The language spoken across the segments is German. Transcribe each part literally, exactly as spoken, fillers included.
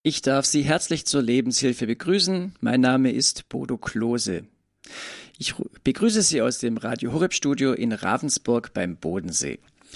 Ich darf Sie herzlich zur Lebenshilfe begrüßen. Mein Name ist Bodo Klose. Ich begrüße Sie aus dem Radio Horeb Studio in Ravensburg beim Bodensee.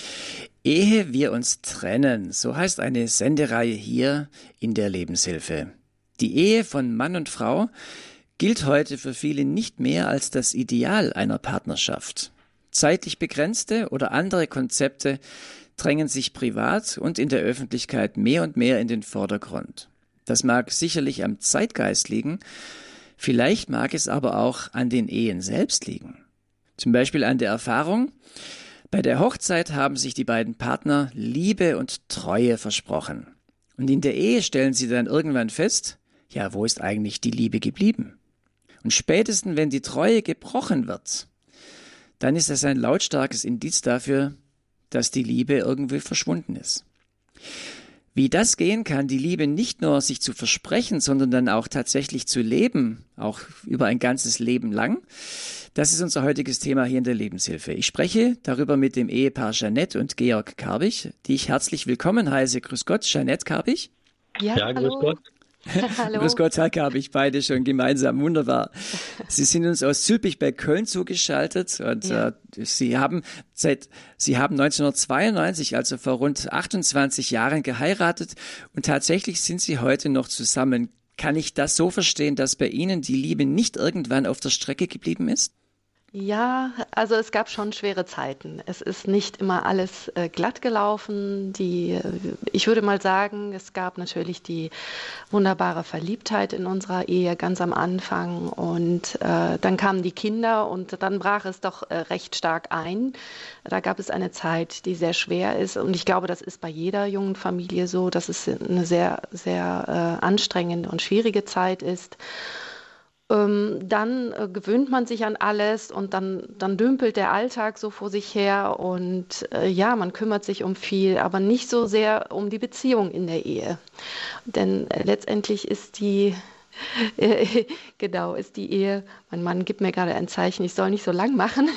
Ehe wir uns trennen, so heißt eine Sendereihe hier in der Lebenshilfe. Die Ehe von Mann und Frau gilt heute für viele nicht mehr als das Ideal einer Partnerschaft. Zeitlich begrenzte oder andere Konzepte drängen sich privat und in der Öffentlichkeit mehr und mehr in den Vordergrund. Das mag sicherlich am Zeitgeist liegen, vielleicht mag es aber auch an den Ehen selbst liegen. Zum Beispiel an der Erfahrung, bei der Hochzeit haben sich die beiden Partner Liebe und Treue versprochen. Und in der Ehe stellen sie dann irgendwann fest, ja, wo ist eigentlich die Liebe geblieben? Und spätestens, wenn die Treue gebrochen wird, dann ist das ein lautstarkes Indiz dafür, dass die Liebe irgendwie verschwunden ist. Wie das gehen kann, die Liebe nicht nur sich zu versprechen, sondern dann auch tatsächlich zu leben, auch über ein ganzes Leben lang, das ist unser heutiges Thema hier in der Lebenshilfe. Ich spreche darüber mit dem Ehepaar Jeanette und Georg Karbich, die ich herzlich willkommen heiße. Grüß Gott, Jeanette Karbich. Ja, ja, grüß Gott. Hallo. Grüß Gott, Herr Karbich, beide schon gemeinsam, wunderbar. Sie sind uns aus Zülpich bei Köln zugeschaltet und ja. äh, Sie haben seit Sie haben neunzehnhundertzweiundneunzig, also vor rund achtundzwanzig Jahren geheiratet und tatsächlich sind Sie heute noch zusammen. Kann ich das so verstehen, dass bei Ihnen die Liebe nicht irgendwann auf der Strecke geblieben ist? Ja, also es gab schon schwere Zeiten. Es ist nicht immer alles äh, glatt gelaufen. Die, ich würde mal sagen, es gab natürlich die wunderbare Verliebtheit in unserer Ehe ganz am Anfang und äh, dann kamen die Kinder und dann brach es doch äh, recht stark ein. Da gab es eine Zeit, die sehr schwer ist und ich glaube, das ist bei jeder jungen Familie so, dass es eine sehr, sehr äh, anstrengende und schwierige Zeit ist. Ähm, dann äh, gewöhnt man sich an alles und dann, dann dümpelt der Alltag so vor sich her und äh, ja, man kümmert sich um viel, aber nicht so sehr um die Beziehung in der Ehe. Denn äh, letztendlich ist die, äh, genau, ist die Ehe, mein Mann gibt mir gerade ein Zeichen, ich soll nicht so lang machen.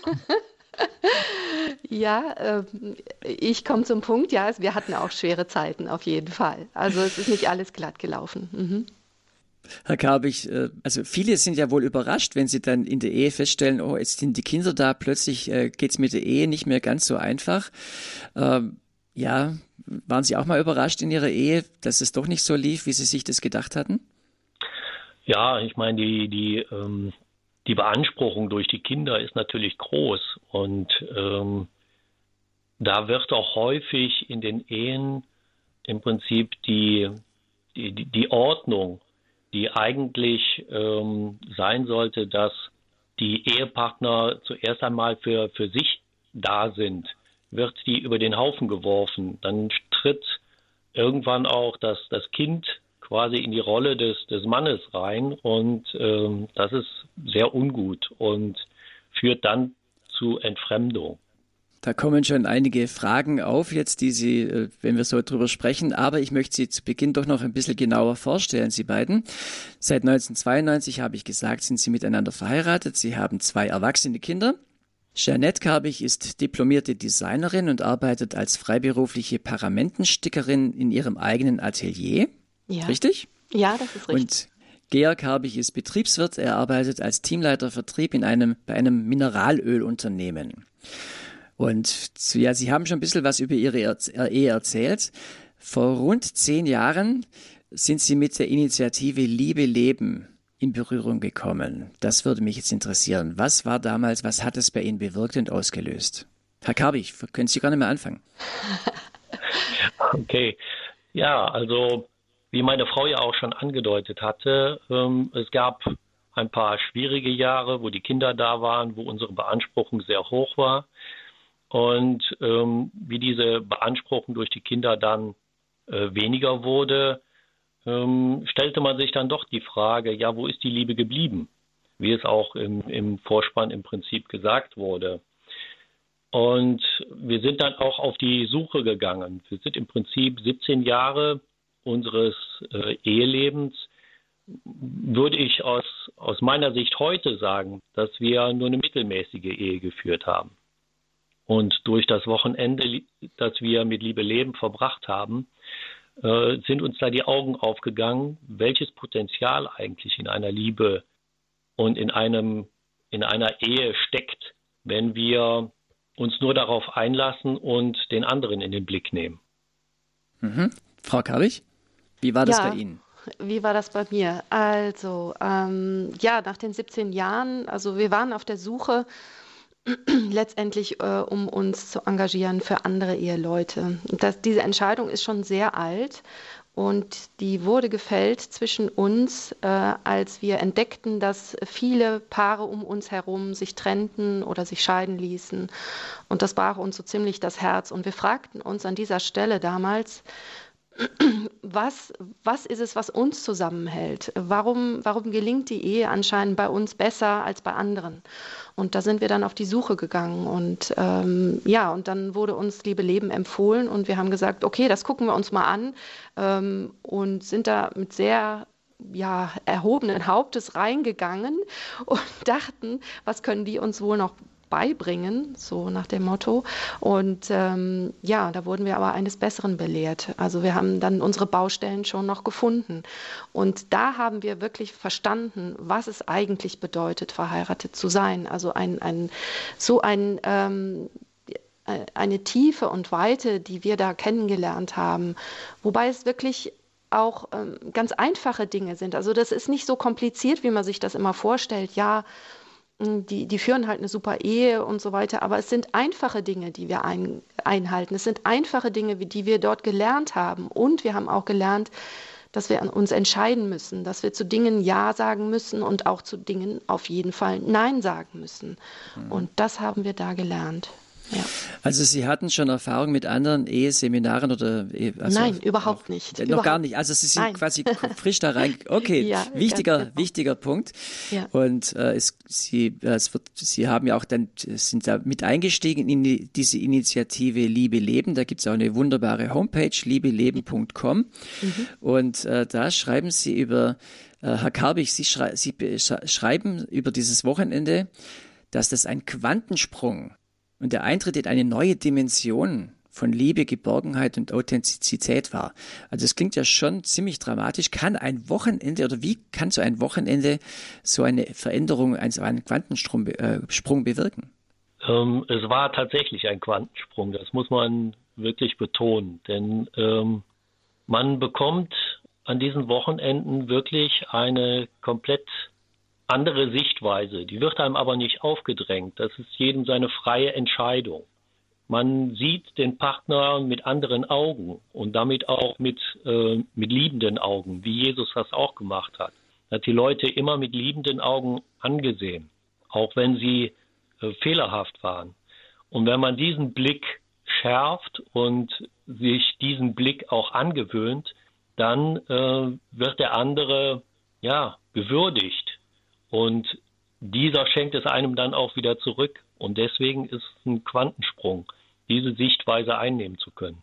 Ja, äh, ich komme zum Punkt, ja, wir hatten auch schwere Zeiten auf jeden Fall. Also es ist nicht alles glatt gelaufen. Mhm. Herr Karbich, also viele sind ja wohl überrascht, wenn sie dann in der Ehe feststellen, oh, jetzt sind die Kinder da, plötzlich äh, geht es mit der Ehe nicht mehr ganz so einfach. Ähm, ja, waren Sie auch mal überrascht in Ihrer Ehe, dass es doch nicht so lief, wie Sie sich das gedacht hatten? Ja, ich meine, die, die, ähm, die Beanspruchung durch die Kinder ist natürlich groß und ähm, da wird auch häufig in den Ehen im Prinzip die, die, die Ordnung, die eigentlich ähm, sein sollte, dass die Ehepartner zuerst einmal für, für sich da sind, wird die über den Haufen geworfen. Dann tritt irgendwann auch das, das Kind quasi in die Rolle des, des Mannes rein und ähm, das ist sehr ungut und führt dann zu Entfremdung. Da kommen schon einige Fragen auf jetzt, die Sie, wenn wir so drüber sprechen, aber ich möchte Sie zu Beginn doch noch ein bisschen genauer vorstellen, Sie beiden. Seit neunzehnhundertzweiundneunzig, habe ich gesagt, sind Sie miteinander verheiratet. Sie haben zwei erwachsene Kinder. Jeanette Karbich ist diplomierte Designerin und arbeitet als freiberufliche Paramentenstickerin in ihrem eigenen Atelier. Ja. Richtig? Ja, das ist richtig. Und Georg Karbich ist Betriebswirt. Er arbeitet als Teamleiter Vertrieb in einem, bei einem Mineralölunternehmen. Und ja, Sie haben schon ein bisschen was über Ihre Ehe erzählt. Vor rund zehn Jahren sind Sie mit der Initiative Liebe Leben in Berührung gekommen. Das würde mich jetzt interessieren. Was war damals, was hat es bei Ihnen bewirkt und ausgelöst? Herr Karbich, können Sie gerne mal anfangen. Okay, ja, also wie meine Frau ja auch schon angedeutet hatte, ähm, es gab ein paar schwierige Jahre, wo die Kinder da waren, wo unsere Beanspruchung sehr hoch war. Und ähm, wie diese Beanspruchung durch die Kinder dann äh, weniger wurde, ähm, stellte man sich dann doch die Frage, ja, wo ist die Liebe geblieben? Wie es auch im, im Vorspann im Prinzip gesagt wurde. Und wir sind dann auch auf die Suche gegangen. Wir sind im Prinzip siebzehn Jahre unseres äh, Ehelebens, würde ich aus, aus meiner Sicht heute sagen, dass wir nur eine mittelmäßige Ehe geführt haben. Und durch das Wochenende, das wir mit Liebe Leben verbracht haben, äh, sind uns da die Augen aufgegangen, welches Potenzial eigentlich in einer Liebe und in einem, in einer Ehe steckt, wenn wir uns nur darauf einlassen und den anderen in den Blick nehmen. Mhm. Frau Karwig, wie war das bei Ja, Ihnen? wie war das bei mir? Also, ähm, ja, nach den siebzehn Jahren, also wir waren auf der Suche letztendlich, äh, um uns zu engagieren für andere Eheleute. Das, diese Entscheidung ist schon sehr alt und die wurde gefällt zwischen uns, äh, als wir entdeckten, dass viele Paare um uns herum sich trennten oder sich scheiden ließen. Und das brach uns so ziemlich das Herz. Und wir fragten uns an dieser Stelle damals, was, was ist es, was uns zusammenhält? Warum, warum gelingt die Ehe anscheinend bei uns besser als bei anderen? Und da sind wir dann auf die Suche gegangen. Und ähm, ja, und dann wurde uns Liebe Leben empfohlen und wir haben gesagt, okay, das gucken wir uns mal an, ähm, und sind da mit sehr ja, erhobenen Hauptes reingegangen und dachten, was können die uns wohl noch beibringen, so nach dem Motto. Und ähm, ja, da wurden wir aber eines Besseren belehrt. Also wir haben dann unsere Baustellen schon noch gefunden. Und da haben wir wirklich verstanden, was es eigentlich bedeutet, verheiratet zu sein. Also ein, ein so ein ähm, eine Tiefe und Weite, die wir da kennengelernt haben, wobei es wirklich auch ähm, ganz einfache Dinge sind. Also das ist nicht so kompliziert, wie man sich das immer vorstellt. Ja, die, die führen halt eine super Ehe und so weiter, aber es sind einfache Dinge, die wir ein, einhalten. Es sind einfache Dinge, die wir dort gelernt haben. Und wir haben auch gelernt, dass wir uns entscheiden müssen, dass wir zu Dingen Ja sagen müssen und auch zu Dingen auf jeden Fall Nein sagen müssen. Mhm. Und das haben wir da gelernt. Ja. Also Sie hatten schon Erfahrung mit anderen Eheseminaren oder also Nein, überhaupt auch, nicht. Noch überhaupt. gar nicht. Also Sie sind Nein. quasi frisch da rein. Okay, ja, wichtiger, genau. wichtiger Punkt. Ja. Und äh, es, Sie, es wird, Sie haben ja auch dann sind da mit eingestiegen in die, diese Initiative Liebe Leben. Da gibt es auch eine wunderbare Homepage, liebe leben punkt com. Mhm. Und äh, da schreiben Sie über äh, Herr Karwig, Sie, schrei Sie schreiben über dieses Wochenende, dass das ein Quantensprung und der Eintritt in eine neue Dimension von Liebe, Geborgenheit und Authentizität war. Also es klingt ja schon ziemlich dramatisch. Kann ein Wochenende oder wie kann so ein Wochenende so eine Veränderung, so einen Quantensprung äh, Sprung bewirken? Ähm, es war tatsächlich ein Quantensprung, das muss man wirklich betonen. Denn ähm, man bekommt an diesen Wochenenden wirklich eine komplett andere Sichtweise, die wird einem aber nicht aufgedrängt. Das ist jedem seine freie Entscheidung. Man sieht den Partner mit anderen Augen und damit auch mit, äh, mit liebenden Augen, wie Jesus das auch gemacht hat. Er hat die Leute immer mit liebenden Augen angesehen, auch wenn sie äh, fehlerhaft waren. Und wenn man diesen Blick schärft und sich diesen Blick auch angewöhnt, dann äh, wird der andere ja gewürdigt. Und dieser schenkt es einem dann auch wieder zurück. Und deswegen ist es ein Quantensprung, diese Sichtweise einnehmen zu können.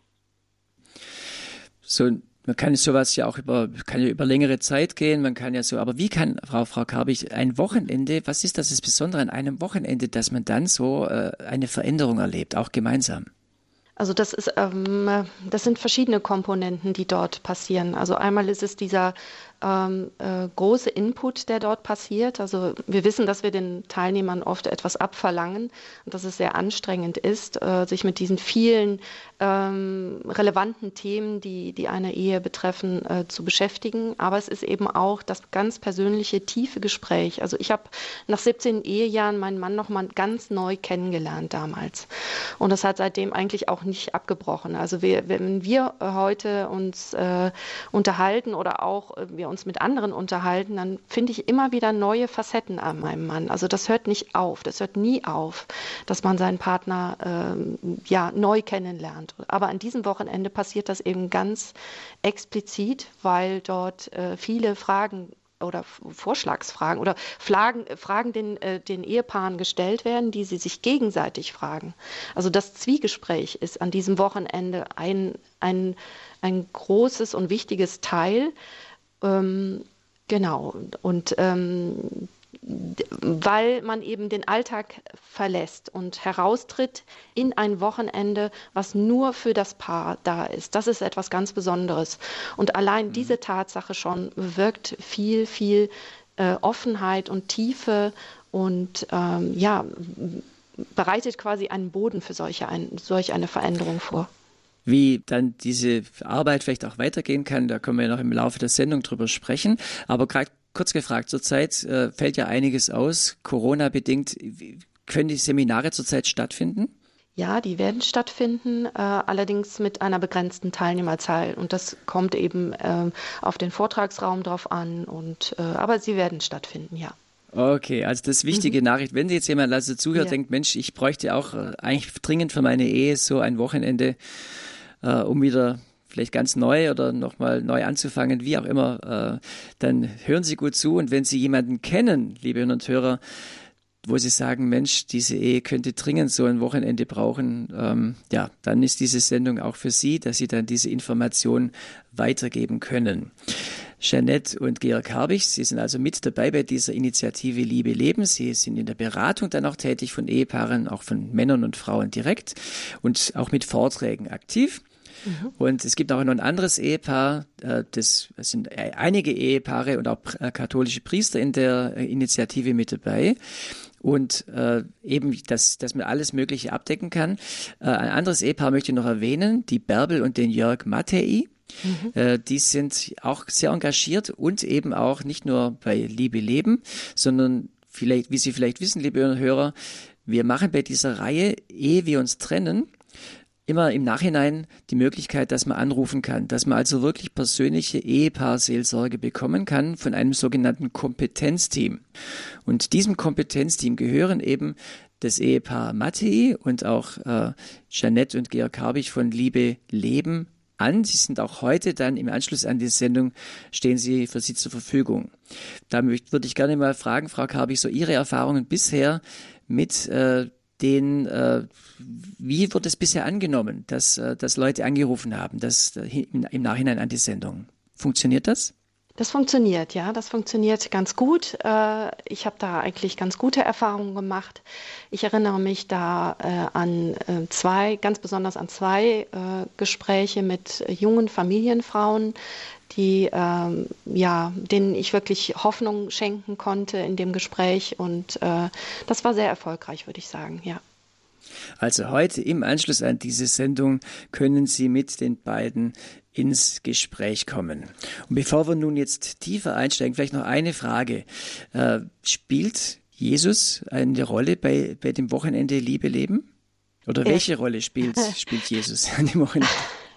So, man kann sowas ja auch über, kann ja über längere Zeit gehen, man kann ja so, aber wie kann, Frau, Frau Karwig, ein Wochenende, was ist das, das Besondere an einem Wochenende, dass man dann so äh, eine Veränderung erlebt, auch gemeinsam? Also das ist, ähm, das sind verschiedene Komponenten, die dort passieren. Also einmal ist es dieser ähm, äh, große Input, der dort passiert. Also wir wissen, dass wir den Teilnehmern oft etwas abverlangen und dass es sehr anstrengend ist, äh, sich mit diesen vielen ähm, relevanten Themen, die, die eine Ehe betreffen, äh, zu beschäftigen. Aber es ist eben auch das ganz persönliche, tiefe Gespräch. Also ich habe nach siebzehn Ehejahren meinen Mann nochmal ganz neu kennengelernt damals. Und das hat seitdem eigentlich auch nicht abgebrochen. Also wir, wenn wir heute uns äh, unterhalten oder auch äh, wir uns mit anderen unterhalten, dann finde ich immer wieder neue Facetten an meinem Mann. Also das hört nicht auf, das hört nie auf, dass man seinen Partner ähm, ja, neu kennenlernt. Aber an diesem Wochenende passiert das eben ganz explizit, weil dort äh, viele Fragen oder Vorschlagsfragen oder Fragen, Fragen den, äh, den Ehepaaren gestellt werden, die sie sich gegenseitig fragen. Also das Zwiegespräch ist an diesem Wochenende ein, ein, ein großes und wichtiges Teil. Ähm, genau. Und ähm, weil man eben den Alltag verlässt und heraustritt in ein Wochenende, was nur für das Paar da ist. Das ist etwas ganz Besonderes. Und allein diese Tatsache schon bewirkt viel, viel äh, Offenheit und Tiefe und ähm, ja, bereitet quasi einen Boden für solche ein, solch eine Veränderung vor. Wie dann diese Arbeit vielleicht auch weitergehen kann, da können wir ja noch im Laufe der Sendung drüber sprechen. Aber gerade kurz gefragt, zurzeit äh, fällt ja einiges aus, Corona-bedingt. Können die Seminare zurzeit stattfinden? Ja, die werden stattfinden, äh, allerdings mit einer begrenzten Teilnehmerzahl. Und das kommt eben äh, auf den Vortragsraum drauf an. Und, äh, aber sie werden stattfinden, ja. Okay, also das ist wichtige mhm. Nachricht. Wenn jetzt jemand also zuhört, ja. denkt, Mensch, ich bräuchte auch äh, eigentlich dringend für meine Ehe so ein Wochenende, äh, um wieder vielleicht ganz neu oder nochmal neu anzufangen, wie auch immer, äh, dann hören Sie gut zu. Und wenn Sie jemanden kennen, liebe Hörer und Hörer, wo Sie sagen, Mensch, diese Ehe könnte dringend so ein Wochenende brauchen, ähm, ja, dann ist diese Sendung auch für Sie, dass Sie dann diese Information weitergeben können. Jeanette und Georg Harbig, Sie sind also mit dabei bei dieser Initiative Liebe Leben. Sie sind in der Beratung dann auch tätig von Ehepaaren, auch von Männern und Frauen direkt und auch mit Vorträgen aktiv. Mhm. Und es gibt auch noch ein anderes Ehepaar, das sind einige Ehepaare und auch katholische Priester in der Initiative mit dabei. Und äh, eben, dass, dass man alles Mögliche abdecken kann. Äh, ein anderes Ehepaar möchte ich noch erwähnen, die Bärbel und den Jörg Mattei. Mhm. Äh, die sind auch sehr engagiert und eben auch nicht nur bei Liebe Leben, sondern vielleicht, wie Sie vielleicht wissen, liebe Hörer, wir machen bei dieser Reihe, ehe wir uns trennen, immer im Nachhinein die Möglichkeit, dass man anrufen kann, dass man also wirklich persönliche Ehepaarseelsorge bekommen kann von einem sogenannten Kompetenzteam. Und diesem Kompetenzteam gehören eben das Ehepaar Mattei und auch äh, Jeanette und Georg Harbig von Liebe Leben an. Sie sind auch heute dann im Anschluss an die Sendung, stehen sie für Sie zur Verfügung. Da würde ich gerne mal fragen, Frau Harbig, so Ihre Erfahrungen bisher mit äh, den, äh, wie wird es bisher angenommen, dass, äh, dass Leute angerufen haben, dass, äh, im Nachhinein an die Sendung? Funktioniert das? Das funktioniert, ja, das funktioniert ganz gut. Ich habe da eigentlich ganz gute Erfahrungen gemacht. Ich erinnere mich da an zwei, ganz besonders an zwei Gespräche mit jungen Familienfrauen, die, ja, denen ich wirklich Hoffnung schenken konnte in dem Gespräch. Und das war sehr erfolgreich, würde ich sagen, ja. Also heute im Anschluss an diese Sendung können Sie mit den beiden ins Gespräch kommen. Und bevor wir nun jetzt tiefer einsteigen, vielleicht noch eine Frage. Äh, spielt Jesus eine Rolle bei, bei dem Wochenende Liebe Leben? Oder ja. welche Rolle spielt, spielt Jesus an dem Wochenende?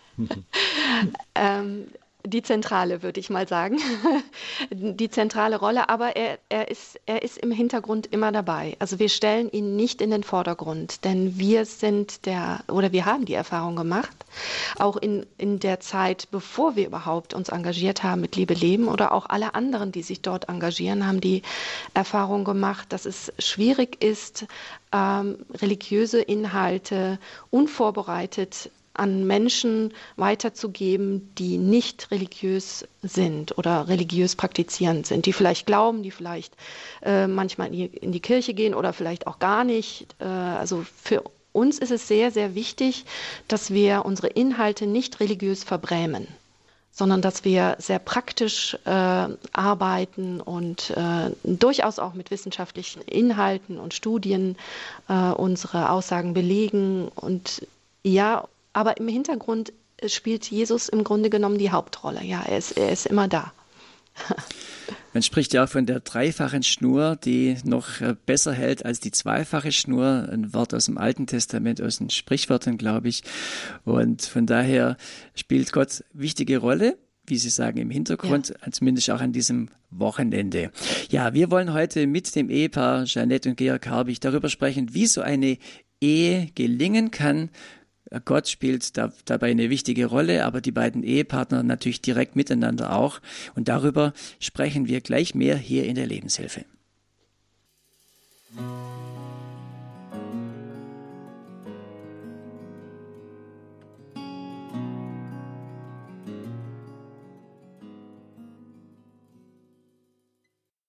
ähm, Die zentrale, würde ich mal sagen. Die zentrale Rolle, aber er, er, ist, er ist im Hintergrund immer dabei. Also wir stellen ihn nicht in den Vordergrund, denn wir sind der, oder wir haben die Erfahrung gemacht, auch in, in der Zeit, bevor wir überhaupt uns engagiert haben mit Liebe Leben oder auch alle anderen, die sich dort engagieren, haben die Erfahrung gemacht, dass es schwierig ist, ähm, religiöse Inhalte unvorbereitet an Menschen weiterzugeben, die nicht religiös sind oder religiös praktizierend sind, die vielleicht glauben, die vielleicht äh, manchmal in die, in die Kirche gehen oder vielleicht auch gar nicht. Äh, also für uns ist es sehr, sehr wichtig, dass wir unsere Inhalte nicht religiös verbrämen, sondern dass wir sehr praktisch äh, arbeiten und äh, durchaus auch mit wissenschaftlichen Inhalten und Studien äh, unsere Aussagen belegen. Und ja, aber im Hintergrund spielt Jesus im Grunde genommen die Hauptrolle. Ja, er ist, er ist immer da. Man spricht ja auch von der dreifachen Schnur, die noch besser hält als die zweifache Schnur. Ein Wort aus dem Alten Testament, aus den Sprichwörtern, glaube ich. Und von daher spielt Gott wichtige Rolle, wie Sie sagen, im Hintergrund, ja. Zumindest auch an diesem Wochenende. Ja, wir wollen heute mit dem Ehepaar Jeanette und Georg Harbig darüber sprechen, wie so eine Ehe gelingen kann. Gott spielt da, dabei eine wichtige Rolle, aber die beiden Ehepartner natürlich direkt miteinander auch. Und darüber sprechen wir gleich mehr hier in der Lebenshilfe.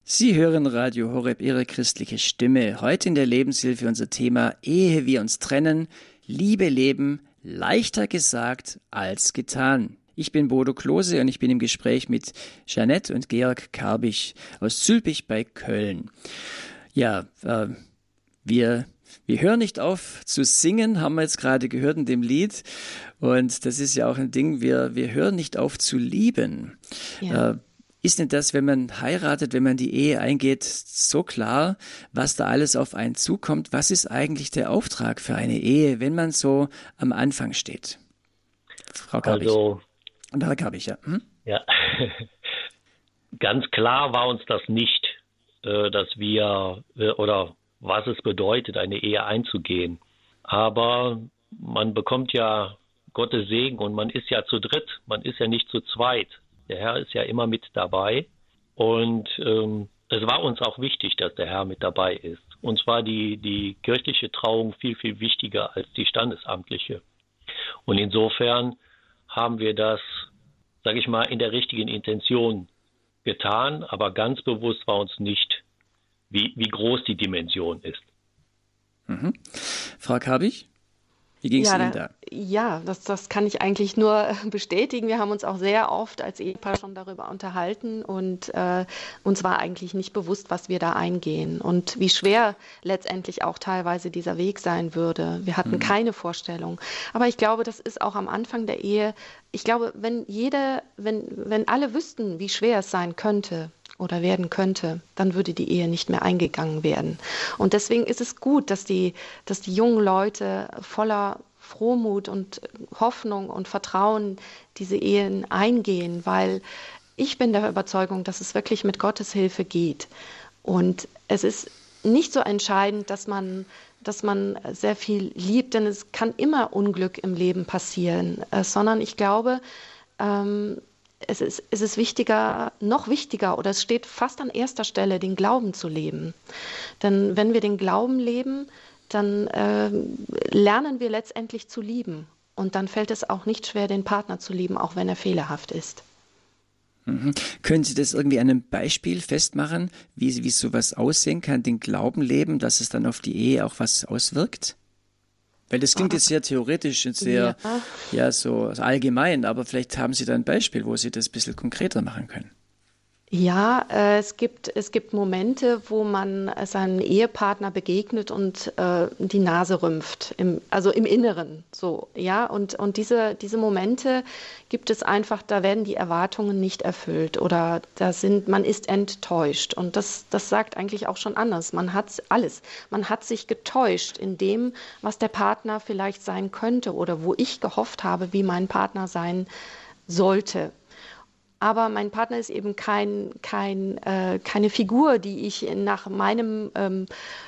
Sie hören Radio Horeb, Ihre christliche Stimme. Heute in der Lebenshilfe unser Thema Ehe wir uns trennen, Liebe leben, leichter gesagt als getan. Ich bin Bodo Klose und ich bin im Gespräch mit Jeanette und Georg Karbich aus Zülpich bei Köln. Ja, äh, wir, wir hören nicht auf zu singen, haben wir jetzt gerade gehört in dem Lied. Und das ist ja auch ein Ding, wir, wir hören nicht auf zu lieben. Ja. Äh, Ist denn das, wenn man heiratet, wenn man die Ehe eingeht, so klar, was da alles auf einen zukommt? Was ist eigentlich der Auftrag für eine Ehe, wenn man so am Anfang steht? Frau Karbich. Also, Und Herr Karbich, ja. Hm? Ja, ganz klar war uns das nicht, dass wir, oder was es bedeutet, eine Ehe einzugehen. Aber man bekommt ja Gottes Segen und man ist ja zu dritt, man ist ja nicht zu zweit. Der Herr ist ja immer mit dabei und ähm, es war uns auch wichtig, dass der Herr mit dabei ist. Uns war die, die kirchliche Trauung viel, viel wichtiger als die standesamtliche. Und insofern haben wir das, sage ich mal, in der richtigen Intention getan, aber ganz bewusst war uns nicht, wie, wie groß die Dimension ist. Mhm. Frau Karbich? Wie ging es ja, Ihnen da, da? Ja, das, das kann ich eigentlich nur bestätigen. Wir haben uns auch sehr oft als Ehepaar schon darüber unterhalten und äh, uns war eigentlich nicht bewusst, was wir da eingehen und wie schwer letztendlich auch teilweise dieser Weg sein würde. Wir hatten mhm. keine Vorstellung. Aber ich glaube, das ist auch am Anfang der Ehe, ich glaube, wenn jede, wenn, wenn alle wüssten, wie schwer es sein könnte, oder werden könnte, dann würde die Ehe nicht mehr eingegangen werden. Und deswegen ist es gut, dass die, dass die jungen Leute voller Frohmut und Hoffnung und Vertrauen diese Ehen eingehen, weil ich bin der Überzeugung, dass es wirklich mit Gottes Hilfe geht. Und es ist nicht so entscheidend, dass man, dass man sehr viel liebt, denn es kann immer Unglück im Leben passieren, äh, sondern ich glaube, ähm, Es ist, es ist wichtiger, noch wichtiger, oder es steht fast an erster Stelle, den Glauben zu leben. Denn wenn wir den Glauben leben, dann äh, lernen wir letztendlich zu lieben. Und dann fällt es auch nicht schwer, den Partner zu lieben, auch wenn er fehlerhaft ist. Mhm. Können Sie das irgendwie an einem Beispiel festmachen, wie, wie sowas aussehen kann, den Glauben leben, dass es dann auf die Ehe auch was auswirkt? Weil das klingt jetzt sehr theoretisch und sehr, ja, ja so allgemein, aber vielleicht haben Sie da ein Beispiel, wo Sie das ein bisschen konkreter machen können. Ja, äh, es gibt, es gibt Momente, wo man seinem Ehepartner begegnet und äh, die Nase rümpft, im, also im Inneren, so, ja, und, und diese, diese Momente gibt es einfach, da werden die Erwartungen nicht erfüllt oder da sind, man ist enttäuscht und das, das sagt eigentlich auch schon anders, man hat alles, man hat sich getäuscht in dem, was der Partner vielleicht sein könnte oder wo ich gehofft habe, wie mein Partner sein sollte. Aber mein Partner ist eben kein, kein, äh, keine Figur, die ich nach meinem ähm,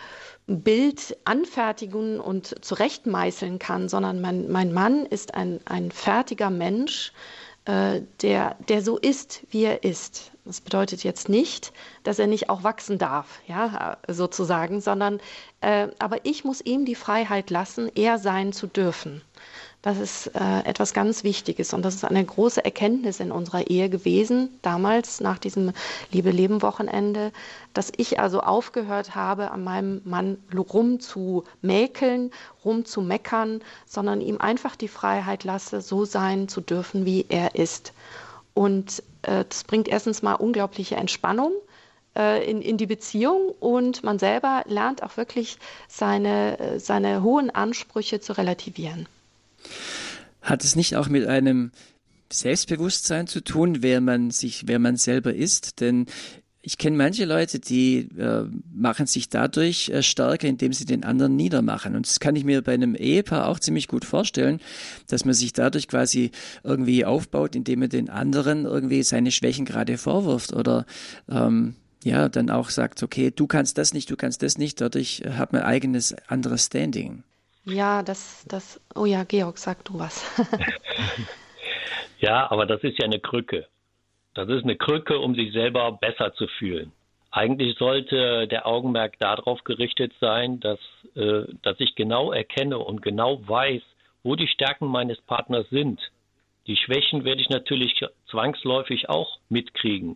Bild anfertigen und zurechtmeißeln kann, sondern mein, mein Mann ist ein, ein fertiger Mensch, äh, der, der so ist, wie er ist. Das bedeutet jetzt nicht, dass er nicht auch wachsen darf, ja, sozusagen, sondern äh, aber ich muss ihm die Freiheit lassen, er sein zu dürfen. Das ist äh, etwas ganz Wichtiges und das ist eine große Erkenntnis in unserer Ehe gewesen, damals nach diesem Liebe-Leben-Wochenende, dass ich also aufgehört habe, an meinem Mann rumzumäkeln, rumzumeckern, sondern ihm einfach die Freiheit lasse, so sein zu dürfen, wie er ist. Und äh, das bringt erstens mal unglaubliche Entspannung äh, in, in die Beziehung und man selber lernt auch wirklich seine, seine hohen Ansprüche zu relativieren. Hat es nicht auch mit einem Selbstbewusstsein zu tun, wer man sich, wer man selber ist? Denn ich kenne manche Leute, die äh, machen sich dadurch äh, stärker, indem sie den anderen niedermachen. Und das kann ich mir bei einem Ehepaar auch ziemlich gut vorstellen, dass man sich dadurch quasi irgendwie aufbaut, indem man den anderen irgendwie seine Schwächen gerade vorwirft oder ähm, ja, dann auch sagt, okay, du kannst das nicht, du kannst das nicht. Dadurch hat man eigenes anderes Standing. Ja, das, das, oh ja, Georg, sag du was. Ja, aber das ist ja eine Krücke. Das ist eine Krücke, um sich selber besser zu fühlen. Eigentlich sollte der Augenmerk darauf gerichtet sein, dass, äh, dass ich genau erkenne und genau weiß, wo die Stärken meines Partners sind. Die Schwächen werde ich natürlich zwangsläufig auch mitkriegen.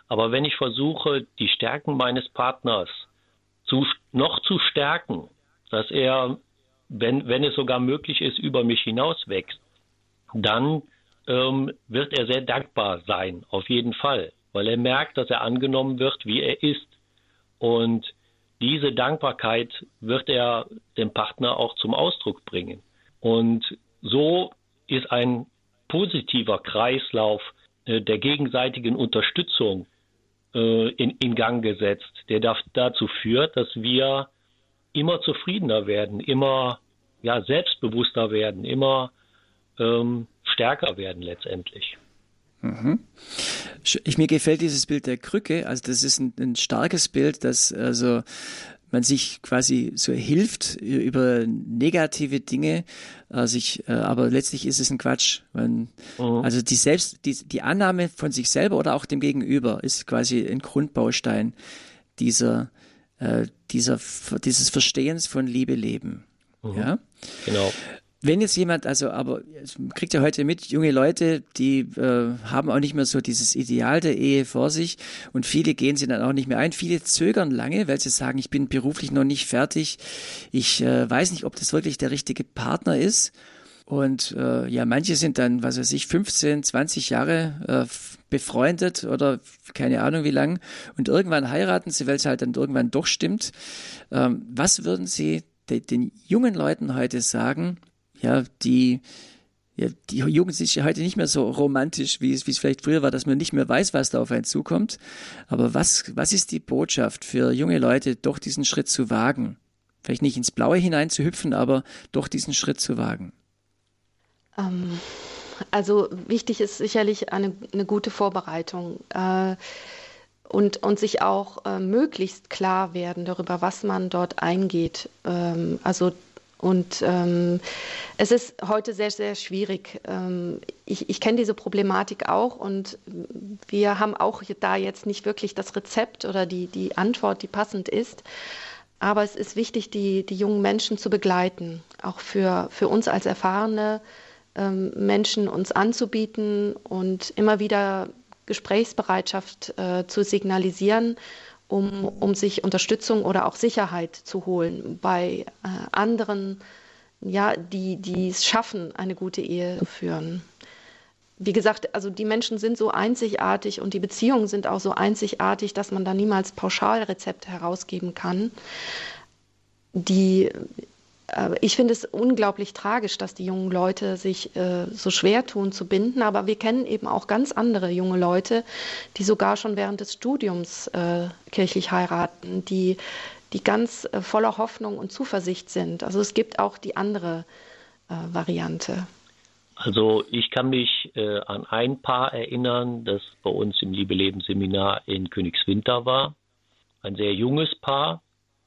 Aber wenn ich versuche, die Stärken meines Partners zu, noch zu stärken, dass er, wenn, wenn es sogar möglich ist, über mich hinaus wächst, dann ähm, wird er sehr dankbar sein, auf jeden Fall, weil er merkt, dass er angenommen wird, wie er ist. Und diese Dankbarkeit wird er dem Partner auch zum Ausdruck bringen. Und so ist ein positiver Kreislauf äh, der gegenseitigen Unterstützung äh, in, in Gang gesetzt, der da, dazu führt, dass wir immer zufriedener werden, immer ja, selbstbewusster werden, immer ähm, stärker werden letztendlich. Mhm. Ich, mir gefällt dieses Bild der Krücke, also das ist ein, ein starkes Bild, dass also man sich quasi so hilft über negative Dinge, äh, sich, äh, aber letztlich ist es ein Quatsch. Man, mhm. Also die selbst, die, die Annahme von sich selber oder auch dem Gegenüber ist quasi ein Grundbaustein dieser, äh, dieser, dieses Verstehens von Liebe leben. Mhm. Ja, genau. Wenn jetzt jemand, also, aber man kriegt ja heute mit, junge Leute, die äh, haben auch nicht mehr so dieses Ideal der Ehe vor sich und viele gehen sie dann auch nicht mehr ein. Viele zögern lange, weil sie sagen, ich bin beruflich noch nicht fertig. Ich äh, weiß nicht, ob das wirklich der richtige Partner ist. Und äh, ja, manche sind dann, was weiß ich, fünfzehn, zwanzig Jahre äh, befreundet oder keine Ahnung wie lang. Und irgendwann heiraten sie, weil es halt dann irgendwann doch stimmt. Ähm, was würden Sie de- den jungen Leuten heute sagen, ja, die, ja, die Jugend ist ja heute nicht mehr so romantisch, wie es, wie es vielleicht früher war, dass man nicht mehr weiß, was da auf einen zukommt. Aber was, was ist die Botschaft für junge Leute, doch diesen Schritt zu wagen? Vielleicht nicht ins Blaue hinein zu hüpfen, aber doch diesen Schritt zu wagen. Ähm, also wichtig ist sicherlich eine, eine gute Vorbereitung. Äh, Und, und sich auch äh, möglichst klar werden darüber, was man dort eingeht. Ähm, also und ähm, es ist heute sehr, sehr schwierig. Ähm, ich ich kenne diese Problematik auch und wir haben auch da jetzt nicht wirklich das Rezept oder die, die Antwort, die passend ist. Aber es ist wichtig, die, die jungen Menschen zu begleiten, auch für, für uns als erfahrene ähm, Menschen uns anzubieten und immer wieder Gesprächsbereitschaft äh, zu signalisieren, um, um sich Unterstützung oder auch Sicherheit zu holen bei äh, anderen, ja, die, die es schaffen, eine gute Ehe zu führen. Wie gesagt, also die Menschen sind so einzigartig und die Beziehungen sind auch so einzigartig, dass man da niemals Pauschalrezepte herausgeben kann. Die Ich finde es unglaublich tragisch, dass die jungen Leute sich äh, so schwer tun zu binden, aber wir kennen eben auch ganz andere junge Leute, die sogar schon während des Studiums äh, kirchlich heiraten, die, die ganz äh, voller Hoffnung und Zuversicht sind. Also es gibt auch die andere äh, Variante. Also ich kann mich äh, an ein Paar erinnern, das bei uns im Liebe-Leben-Seminar in Königswinter war. Ein sehr junges Paar,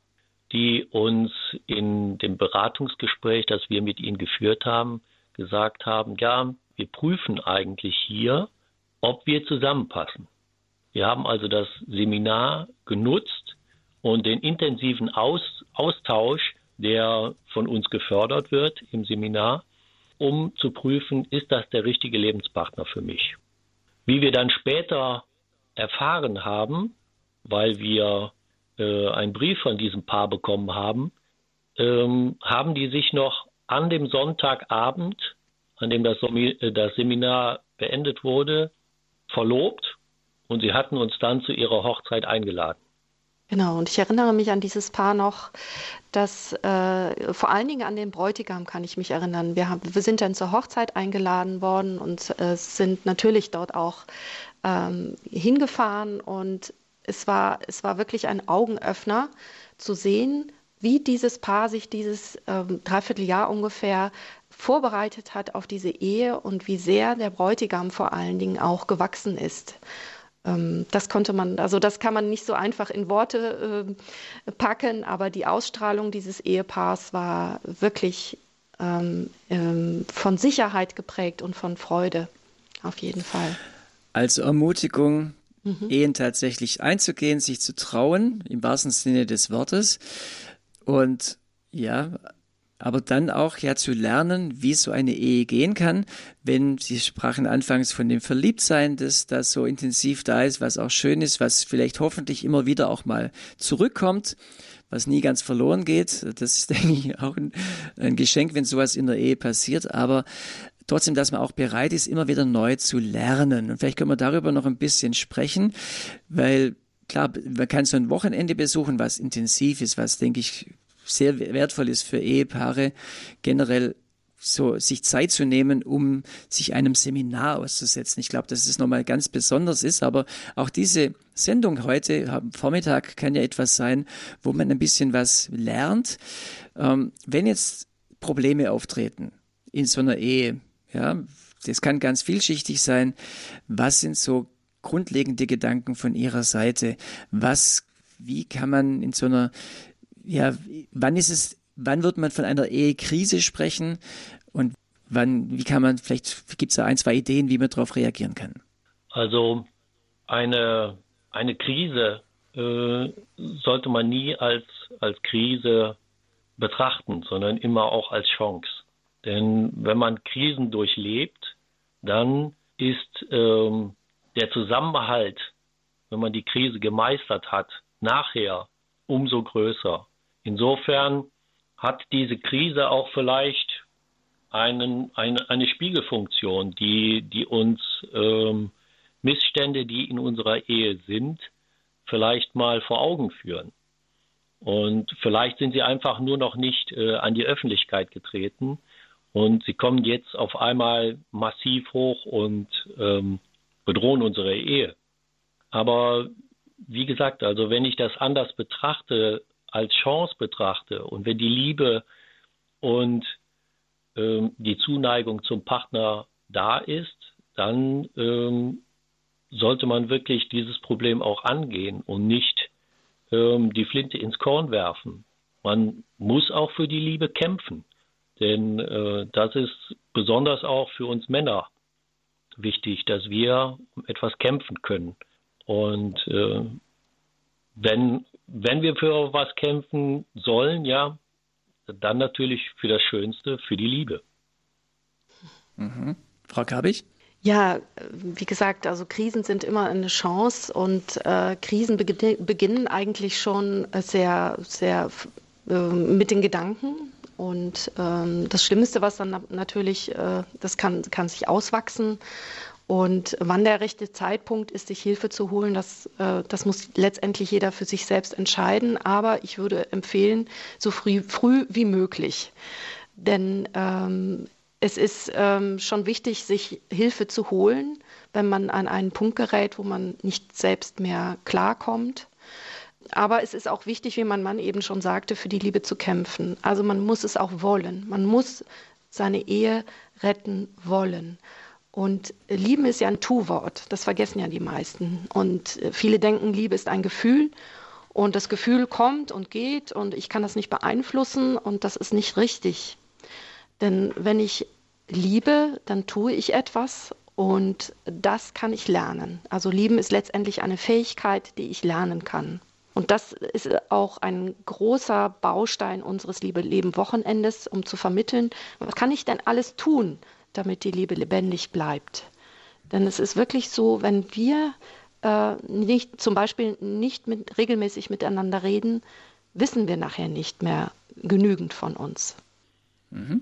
die uns in dem Beratungsgespräch, das wir mit ihnen geführt haben, gesagt haben, ja, wir prüfen eigentlich hier, ob wir zusammenpassen. Wir haben also das Seminar genutzt und den intensiven Aus, Austausch, der von uns gefördert wird im Seminar, um zu prüfen, ist das der richtige Lebenspartner für mich. Wie wir dann später erfahren haben, weil wir einen Brief von diesem Paar bekommen haben, ähm, haben die sich noch an dem Sonntagabend, an dem das, das Seminar beendet wurde, verlobt und sie hatten uns dann zu ihrer Hochzeit eingeladen. Genau, und ich erinnere mich an dieses Paar noch, dass äh, vor allen Dingen an den Bräutigam kann ich mich erinnern. Wir, haben, wir sind dann zur Hochzeit eingeladen worden und äh, sind natürlich dort auch ähm, hingefahren und Es war, es war wirklich ein Augenöffner zu sehen, wie dieses Paar sich dieses ähm, Dreivierteljahr ungefähr vorbereitet hat auf diese Ehe und wie sehr der Bräutigam vor allen Dingen auch gewachsen ist. Ähm, das konnte man, also das kann man nicht so einfach in Worte äh, packen, aber die Ausstrahlung dieses Ehepaars war wirklich ähm, ähm, von Sicherheit geprägt und von Freude, auf jeden Fall. Als Ermutigung, Mhm. Ehen tatsächlich einzugehen, sich zu trauen, im wahrsten Sinne des Wortes. Und ja, aber dann auch ja zu lernen, wie so eine Ehe gehen kann, wenn Sie sprachen anfangs von dem Verliebtsein, das da so intensiv da ist, was auch schön ist, was vielleicht hoffentlich immer wieder auch mal zurückkommt, was nie ganz verloren geht. Das ist, denke ich, auch ein, ein Geschenk, wenn sowas in der Ehe passiert, aber trotzdem, dass man auch bereit ist, immer wieder neu zu lernen. Und vielleicht können wir darüber noch ein bisschen sprechen, weil klar, man kann so ein Wochenende besuchen, was intensiv ist, was, denke ich, sehr wertvoll ist für Ehepaare, generell so sich Zeit zu nehmen, um sich einem Seminar auszusetzen. Ich glaube, dass es nochmal ganz besonders ist, aber auch diese Sendung heute, am Vormittag, kann ja etwas sein, wo man ein bisschen was lernt. Ähm, wenn jetzt Probleme auftreten in so einer Ehe, ja, das kann ganz vielschichtig sein. Was sind so grundlegende Gedanken von Ihrer Seite? Was, wie kann man in so einer, ja, wann ist es, wann wird man von einer Ehekrise sprechen und wann, wie kann man, vielleicht gibt es da ein, zwei Ideen, wie man darauf reagieren kann? Also eine, eine Krise äh, sollte man nie als, als Krise betrachten, sondern immer auch als Chance. Denn wenn man Krisen durchlebt, dann ist ähm, der Zusammenhalt, wenn man die Krise gemeistert hat, nachher umso größer. Insofern hat diese Krise auch vielleicht einen, eine, eine Spiegelfunktion, die, die uns ähm, Missstände, die in unserer Ehe sind, vielleicht mal vor Augen führen. Und vielleicht sind sie einfach nur noch nicht äh, an die Öffentlichkeit getreten und sie kommen jetzt auf einmal massiv hoch und ähm, bedrohen unsere Ehe. Aber wie gesagt, also wenn ich das anders betrachte, als Chance betrachte und wenn die Liebe und ähm, die Zuneigung zum Partner da ist, dann ähm, sollte man wirklich dieses Problem auch angehen und nicht ähm, die Flinte ins Korn werfen. Man muss auch für die Liebe kämpfen, denn äh, das ist besonders auch für uns Männer wichtig, dass wir um etwas kämpfen können. Und äh, wenn, wenn wir für was kämpfen sollen, ja, dann natürlich für das Schönste, für die Liebe. Mhm. Frau Kabich? Ja, wie gesagt, also Krisen sind immer eine Chance und äh, Krisen beginn, beginnen eigentlich schon sehr, sehr äh, mit den Gedanken. Und ähm, das Schlimmste, was dann natürlich, äh, das kann, kann sich auswachsen. Und wann der rechte Zeitpunkt ist, sich Hilfe zu holen, das, äh, das muss letztendlich jeder für sich selbst entscheiden. Aber ich würde empfehlen, so früh, früh wie möglich. Denn ähm, es ist ähm, schon wichtig, sich Hilfe zu holen, wenn man an einen Punkt gerät, wo man nicht selbst mehr klarkommt. Aber es ist auch wichtig, wie mein Mann eben schon sagte, für die Liebe zu kämpfen. Also man muss es auch wollen. Man muss seine Ehe retten wollen. Und lieben ist ja ein Tu-Wort, das vergessen ja die meisten. Und viele denken, Liebe ist ein Gefühl und das Gefühl kommt und geht und ich kann das nicht beeinflussen und das ist nicht richtig. Denn wenn ich liebe, dann tue ich etwas und das kann ich lernen. Also lieben ist letztendlich eine Fähigkeit, die ich lernen kann. Und das ist auch ein großer Baustein unseres Liebe-Leben-Wochenendes, um zu vermitteln, was kann ich denn alles tun, damit die Liebe lebendig bleibt. Denn es ist wirklich so, wenn wir äh, nicht, zum Beispiel nicht mit, regelmäßig miteinander reden, wissen wir nachher nicht mehr genügend von uns. Mhm.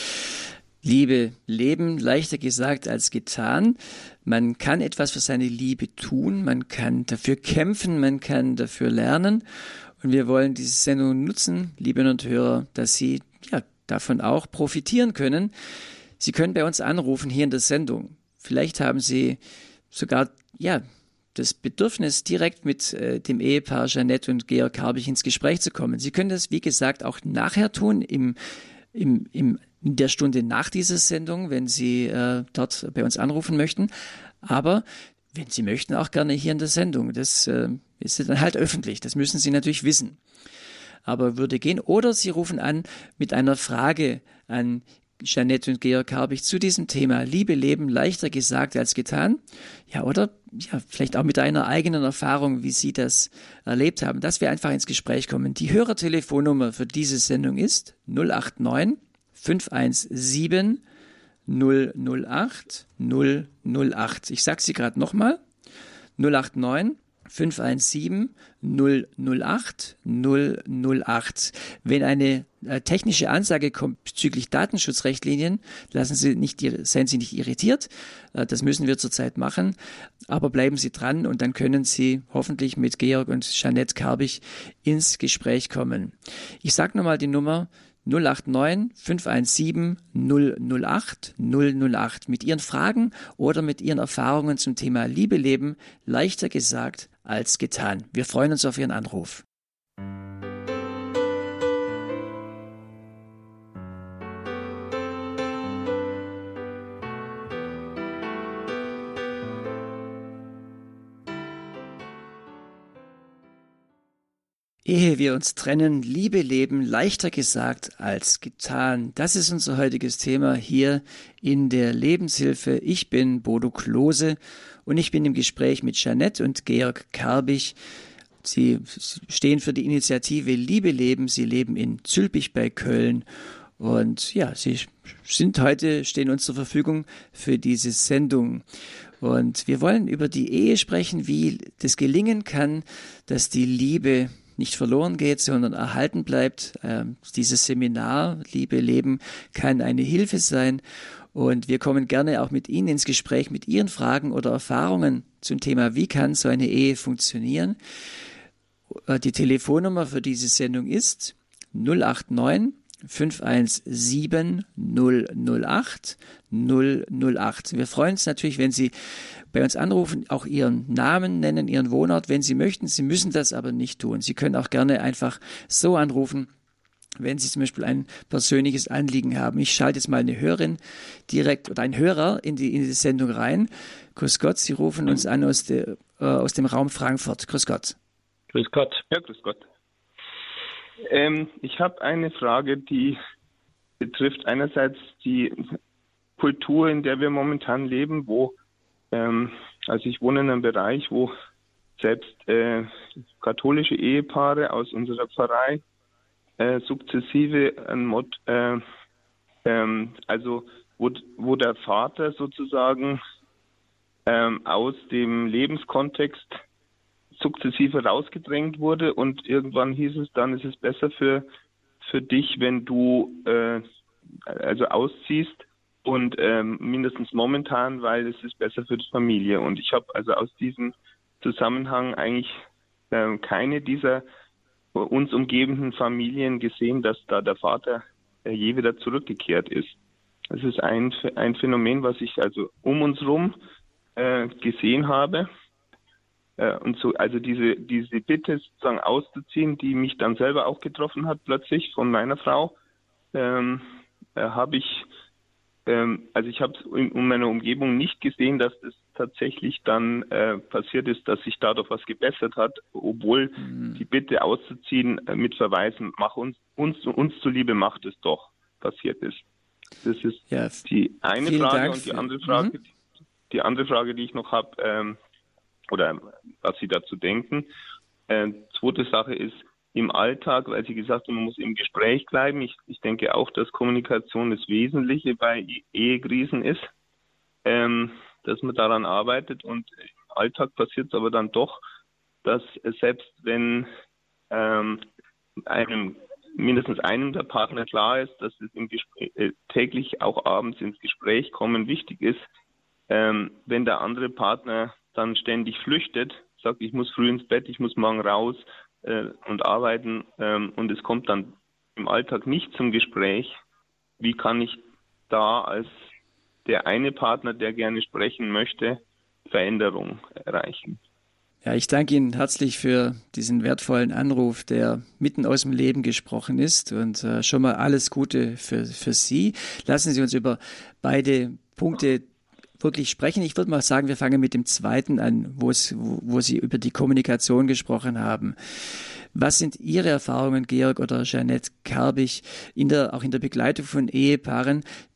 Liebe leben, leichter gesagt als getan. Man kann etwas für seine Liebe tun, man kann dafür kämpfen, man kann dafür lernen. Und wir wollen diese Sendung nutzen, liebe Hörer, dass Sie ja, davon auch profitieren können. Sie können bei uns anrufen hier in der Sendung. Vielleicht haben Sie sogar ja, das Bedürfnis, direkt mit äh, dem Ehepaar Jeanette und Georg Kabich ins Gespräch zu kommen. Sie können das, wie gesagt, auch nachher tun, im, im, im in der Stunde nach dieser Sendung, wenn Sie äh, dort bei uns anrufen möchten. Aber wenn Sie möchten, auch gerne hier in der Sendung. Das äh, ist dann halt öffentlich. Das müssen Sie natürlich wissen. Aber würde gehen. Oder Sie rufen an mit einer Frage an Jeanette und Georg Karbich zu diesem Thema Liebe leben, leichter gesagt als getan. Ja, oder ja, vielleicht auch mit einer eigenen Erfahrung, wie Sie das erlebt haben, dass wir einfach ins Gespräch kommen. Die Hörertelefonnummer für diese Sendung ist null acht neun fünf eins sieben null null acht null null acht. Ich sage sie gerade nochmal. null acht neun fünf eins sieben null null acht null null acht. Wenn eine äh, technische Ansage kommt bezüglich Datenschutzrichtlinien, lassen Sie nicht, seien Sie nicht irritiert. Äh, das müssen wir zurzeit machen. Aber bleiben Sie dran und dann können Sie hoffentlich mit Georg und Jeanette Karbich ins Gespräch kommen. Ich sage nochmal die Nummer null acht neun fünf eins sieben null null acht null null acht mit Ihren Fragen oder mit Ihren Erfahrungen zum Thema Liebe leben, leichter gesagt als getan. Wir freuen uns auf Ihren Anruf. Ehe wir uns trennen, Liebe leben, leichter gesagt als getan. Das ist unser heutiges Thema hier in der Lebenshilfe. Ich bin Bodo Klose und ich bin im Gespräch mit Jeanette und Georg Karbich. Sie stehen für die Initiative Liebe leben. Sie leben in Zülpich bei Köln. Und ja, sie sind heute, stehen uns zur Verfügung für diese Sendung. Und wir wollen über die Ehe sprechen, wie das gelingen kann, dass die Liebe nicht verloren geht, sondern erhalten bleibt. Ähm, dieses Seminar Liebe leben kann eine Hilfe sein. Und wir kommen gerne auch mit Ihnen ins Gespräch mit Ihren Fragen oder Erfahrungen zum Thema, wie kann so eine Ehe funktionieren. Die Telefonnummer für diese Sendung ist null acht neun fünf eins sieben null null acht null null acht. Wir freuen uns natürlich, wenn Sie bei uns anrufen, auch Ihren Namen nennen, Ihren Wohnort, wenn Sie möchten. Sie müssen das aber nicht tun. Sie können auch gerne einfach so anrufen, wenn Sie zum Beispiel ein persönliches Anliegen haben. Ich schalte jetzt mal eine Hörerin direkt oder einen Hörer in die, in die Sendung rein. Grüß Gott, Sie rufen uns an aus, der, äh, aus dem Raum Frankfurt. Grüß Gott. Grüß Gott. Ja, grüß Gott. Ähm, ich habe eine Frage, die betrifft einerseits die Kultur, in der wir momentan leben, wo, ähm, also ich wohne in einem Bereich, wo selbst äh, katholische Ehepaare aus unserer Pfarrei äh, sukzessive ein Mod, äh, ähm, also wo, wo der Vater sozusagen ähm, aus dem Lebenskontext sukzessive rausgedrängt wurde und irgendwann hieß es dann, ist es besser für für dich, wenn du äh, also ausziehst und ähm, mindestens momentan, weil es ist besser für die Familie. Und ich habe also aus diesem Zusammenhang eigentlich äh, keine dieser uns umgebenden Familien gesehen, dass da der Vater äh, je wieder zurückgekehrt ist. Das ist ein ein Phänomen, was ich also um uns rum äh, gesehen habe. Und so, also diese, diese Bitte sozusagen auszuziehen, die mich dann selber auch getroffen hat, plötzlich von meiner Frau, ähm, äh, habe ich, ähm, also ich habe in, in meiner Umgebung nicht gesehen, dass das tatsächlich dann äh, passiert ist, dass sich dadurch was gebessert hat, obwohl mhm. die Bitte auszuziehen äh, mit Verweisen, mach uns, uns, uns zuliebe macht es doch, passiert ist. Das ist ja, die eine Frage Dank und die andere Frage, mhm. die andere Frage, die ich noch habe, ähm, oder was Sie dazu denken. Äh, zweite Sache ist im Alltag, weil Sie gesagt haben, man muss im Gespräch bleiben. Ich, ich denke auch, dass Kommunikation das Wesentliche bei Ehekrisen ist, ähm, dass man daran arbeitet. Und im Alltag passiert es aber dann doch, dass selbst wenn ähm, einem mindestens einem der Partner klar ist, dass es im Gespräch, äh, täglich auch abends ins Gespräch kommen wichtig ist, ähm, wenn der andere Partner dann ständig flüchtet, sagt, ich muss früh ins Bett, ich muss morgen raus äh, und arbeiten ähm, und es kommt dann im Alltag nicht zum Gespräch, wie kann ich da als der eine Partner, der gerne sprechen möchte, Veränderung erreichen? Ja, ich danke Ihnen herzlich für diesen wertvollen Anruf, der mitten aus dem Leben gesprochen ist und äh, schon mal alles Gute für, für Sie. Lassen Sie uns über beide Punkte wirklich sprechen. Ich würde mal sagen, wir fangen mit dem zweiten an, wo es, wo, wo Sie über die Kommunikation gesprochen haben. Was sind Ihre Erfahrungen, Georg oder Jeanette Karbich, in der, auch in der Begleitung von Ehepaaren,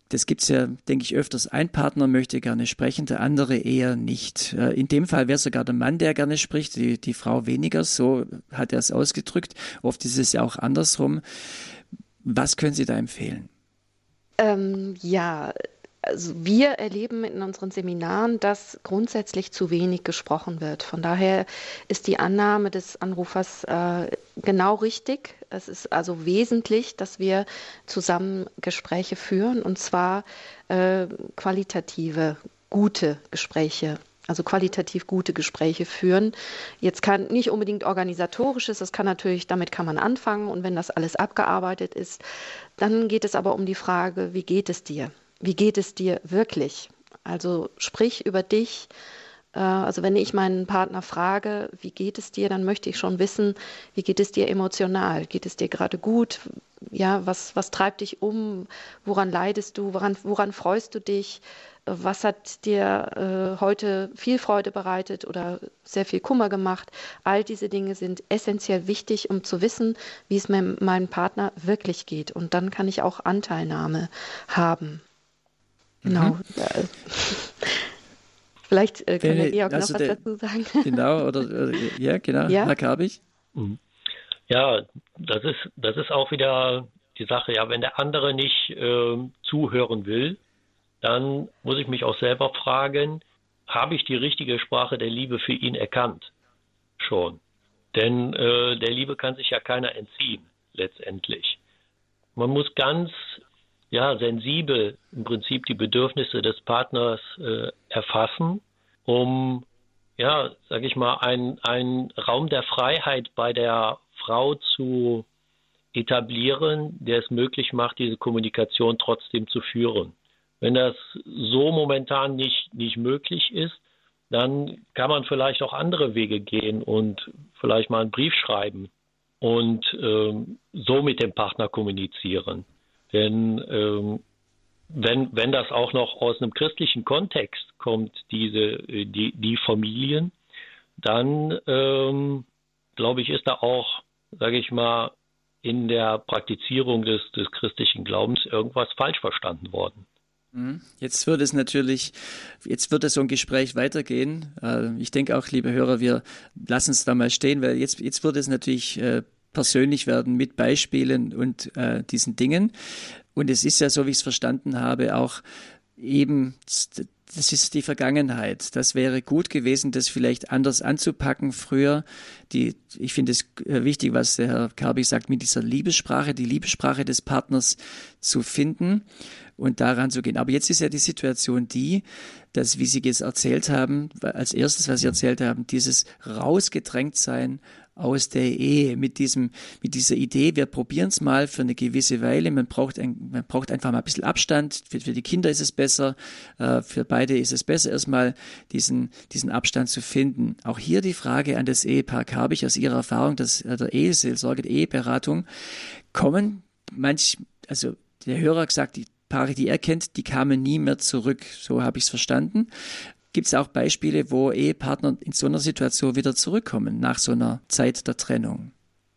Das gibt's ja, denke ich, öfters. Ein Partner möchte gerne sprechen, der andere eher nicht. In dem Fall wäre sogar der Mann, der gerne spricht, die, die Frau weniger. So hat er es ausgedrückt. Oft ist es ja auch andersrum. Was können Sie da empfehlen? Ähm, ja, also wir erleben in unseren Seminaren, dass grundsätzlich zu wenig gesprochen wird. Von daher ist die Annahme des Anrufers äh, genau richtig. Es ist also wesentlich, dass wir zusammen Gespräche führen, und zwar äh, qualitative, gute Gespräche. Also qualitativ gute Gespräche führen. Jetzt kann nicht unbedingt organisatorisches, das kann natürlich, damit kann man anfangen, und wenn das alles abgearbeitet ist, dann geht es aber um die Frage, wie geht es dir? Wie geht es dir wirklich? Also sprich über dich. Äh, also wenn ich meinen Partner frage, wie geht es dir, dann möchte ich schon wissen, wie geht es dir emotional? Geht es dir gerade gut? Ja, was, was treibt dich um? Woran leidest du? Woran, woran freust du dich? Was hat dir äh, heute viel Freude bereitet oder sehr viel Kummer gemacht? All diese Dinge sind essentiell wichtig, um zu wissen, wie es meinem, meinem Partner wirklich geht. Und dann kann ich auch Anteilnahme haben. Genau. Mhm. Vielleicht äh, kann der Georg also noch was der, dazu sagen. Genau, oder, oder ja, genau. Ja? Herr Karbich? Ja, das ist, das ist auch wieder die Sache. Ja, wenn der andere nicht äh, zuhören will, dann muss ich mich auch selber fragen, habe ich die richtige Sprache der Liebe für ihn erkannt? Schon. Denn äh, der Liebe kann sich ja keiner entziehen, letztendlich. Man muss ganz ja, sensibel im Prinzip die Bedürfnisse des Partners äh, erfassen, um, ja, sag ich mal, einen ein Raum der Freiheit bei der Frau zu etablieren, der es möglich macht, diese Kommunikation trotzdem zu führen. Wenn das so momentan nicht, nicht möglich ist, dann kann man vielleicht auch andere Wege gehen und vielleicht mal einen Brief schreiben und ähm, so mit dem Partner kommunizieren. Denn ähm, wenn, wenn das auch noch aus einem christlichen Kontext kommt, diese, die, die Familien, dann ähm, glaube ich, ist da auch, sage ich mal, in der Praktizierung des, des christlichen Glaubens irgendwas falsch verstanden worden. Jetzt wird es natürlich, jetzt wird es so ein Gespräch weitergehen. Ich denke auch, liebe Hörer, wir lassen es da mal stehen, weil jetzt, jetzt wird es natürlich persönlich werden mit Beispielen und äh, diesen Dingen. Und es ist ja, so wie ich es verstanden habe, auch eben, das ist die Vergangenheit. Das wäre gut gewesen, das vielleicht anders anzupacken früher. Die, ich finde es wichtig, was der Herr Karbich sagt, mit dieser Liebessprache, die Liebessprache des Partners zu finden und daran zu gehen. Aber jetzt ist ja die Situation die, dass, wie Sie jetzt erzählt haben, als erstes, was Sie erzählt haben, dieses Rausgedrängtsein aus der Ehe, mit diesem, mit dieser Idee, wir probieren es mal für eine gewisse Weile, man braucht, ein, man braucht einfach mal ein bisschen Abstand, für, für die Kinder ist es besser, äh, für beide ist es besser, erstmal diesen, diesen Abstand zu finden. Auch hier die Frage an das Ehepaar Karbich aus Ihrer Erfahrung, dass äh, der Eheseelsorge, der Eheberatung, kommen manch, also der Hörer hat gesagt, die Paare, die er kennt, die kamen nie mehr zurück, so habe ich es verstanden. Gibt es auch Beispiele, wo Ehepartner in so einer Situation wieder zurückkommen, nach so einer Zeit der Trennung?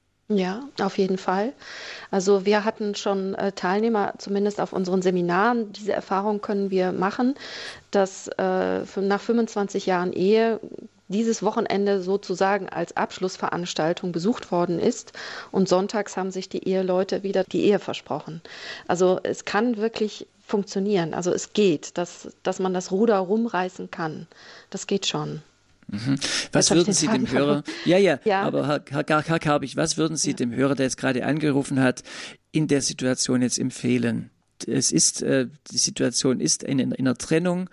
Ja, auf jeden Fall. Also wir hatten schon äh, Teilnehmer, zumindest auf unseren Seminaren, diese Erfahrung können wir machen, dass äh, nach fünfundzwanzig Jahren Ehe dieses Wochenende sozusagen als Abschlussveranstaltung besucht worden ist und sonntags haben sich die Eheleute wieder die Ehe versprochen. Also es kann wirklich funktionieren. Also es geht, dass, dass man das Ruder rumreißen kann. Das geht schon. Mhm. Was würden Sie dem Hörer, ja, ja, ja, aber Herr, Herr, Herr Karbich, was würden Sie ja. dem Hörer, der jetzt gerade angerufen hat, in der Situation jetzt empfehlen? Es ist, äh, die Situation ist in, in einer Trennung.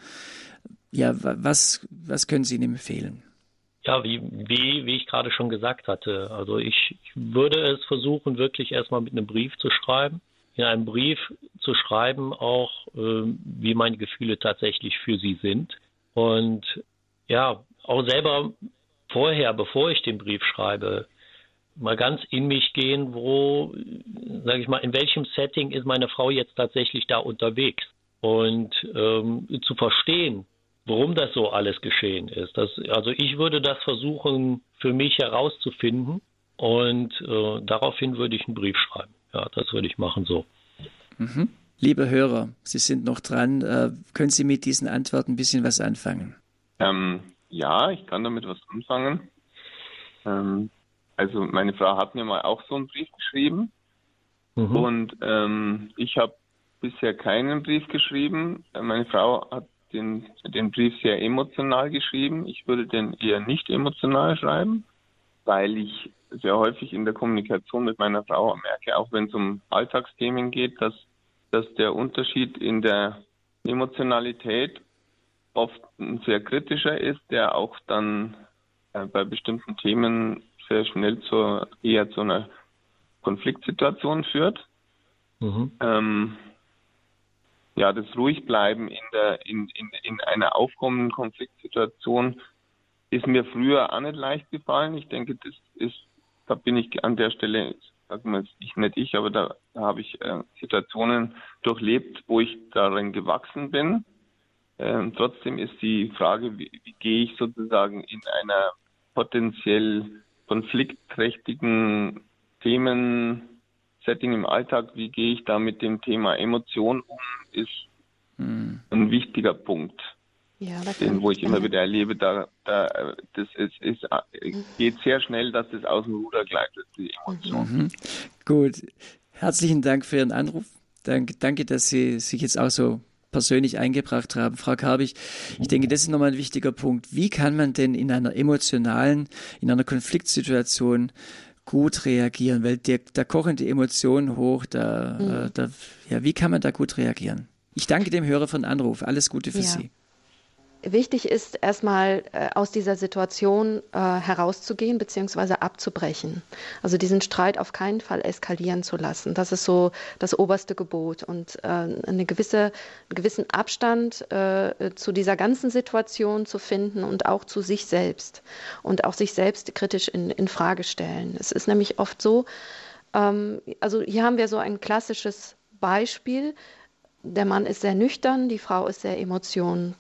Ja, was, was können Sie ihm empfehlen? Ja, wie, wie, wie ich gerade schon gesagt hatte. Also ich, ich würde es versuchen, wirklich erstmal mit einem Brief zu schreiben. In einem Brief zu schreiben auch, äh, wie meine Gefühle tatsächlich für Sie sind. Und ja, auch selber vorher, bevor ich den Brief schreibe, mal ganz in mich gehen, wo, sage ich mal, in welchem Setting ist meine Frau jetzt tatsächlich da unterwegs? Und ähm, zu verstehen, warum das so alles geschehen ist. Das, also ich würde das versuchen, für mich herauszufinden und äh, daraufhin würde ich einen Brief schreiben. Ja, das würde ich machen so. Mhm. Lieber Hörer, Sie sind noch dran. Äh, können Sie mit diesen Antworten ein bisschen was anfangen? Ähm, ja, ich kann damit was anfangen. Ähm, also meine Frau hat mir mal auch so einen Brief geschrieben. Mhm. Und ähm, ich habe bisher keinen Brief geschrieben. Meine Frau hat den, den Brief sehr emotional geschrieben. Ich würde den eher nicht emotional schreiben, weil ich sehr häufig in der Kommunikation mit meiner Frau merke, auch wenn es um Alltagsthemen geht, dass, dass der Unterschied in der Emotionalität oft ein sehr kritischer ist, der auch dann äh, bei bestimmten Themen sehr schnell zur, eher zu einer Konfliktsituation führt. Mhm. Ähm, ja, das Ruhigbleiben in der in, in, in einer aufkommenden Konfliktsituation ist mir früher auch nicht leicht gefallen. Ich denke, das ist, da bin ich an der Stelle, sagen wir ich nicht ich, aber da, da habe ich äh, Situationen durchlebt, wo ich darin gewachsen bin. Ähm, trotzdem ist die Frage, wie, wie gehe ich sozusagen in einer potenziell konfliktträchtigen Themen-Setting im Alltag, wie gehe ich da mit dem Thema Emotion um, ist hm. ein wichtiger Punkt. Ja, den, wo ich immer wieder erlebe, da, da das ist, ist, geht sehr schnell, dass das aus dem Ruder gleitet, die Emotion. Mhm. Gut, herzlichen Dank für Ihren Anruf. Danke, danke, dass Sie sich jetzt auch so persönlich eingebracht haben. Frau Karbich, ich denke, das ist nochmal ein wichtiger Punkt. Wie kann man denn in einer emotionalen, in einer Konfliktsituation gut reagieren? Weil der, da kochen die Emotionen hoch. Da, mhm. äh, da, ja, wie kann man da gut reagieren? Ich danke dem Hörer für den Anruf. Alles Gute für ja. Sie. Wichtig ist erstmal äh, aus dieser Situation äh, herauszugehen bzw. abzubrechen. Also diesen Streit auf keinen Fall eskalieren zu lassen. Das ist so das oberste Gebot. Und äh, eine gewisse, einen gewissen Abstand äh, zu dieser ganzen Situation zu finden und auch zu sich selbst. Und auch sich selbst kritisch in, in Frage stellen. Es ist nämlich oft so, ähm, also hier haben wir so ein klassisches Beispiel. Der Mann ist sehr nüchtern, die Frau ist sehr emotional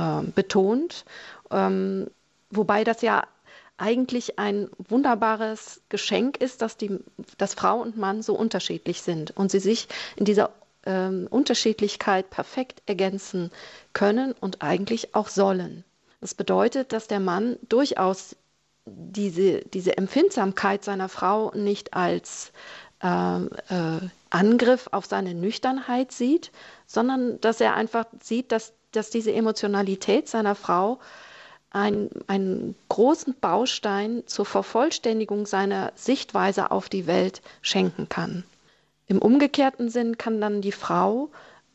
betont, ähm, wobei das ja eigentlich ein wunderbares Geschenk ist, dass, die, dass Frau und Mann so unterschiedlich sind und sie sich in dieser ähm, Unterschiedlichkeit perfekt ergänzen können und eigentlich auch sollen. Das bedeutet, dass der Mann durchaus diese, diese Empfindsamkeit seiner Frau nicht als äh, äh, Angriff auf seine Nüchternheit sieht, sondern dass er einfach sieht, dass dass diese Emotionalität seiner Frau ein, einen großen Baustein zur Vervollständigung seiner Sichtweise auf die Welt schenken kann. Im umgekehrten Sinn kann dann die Frau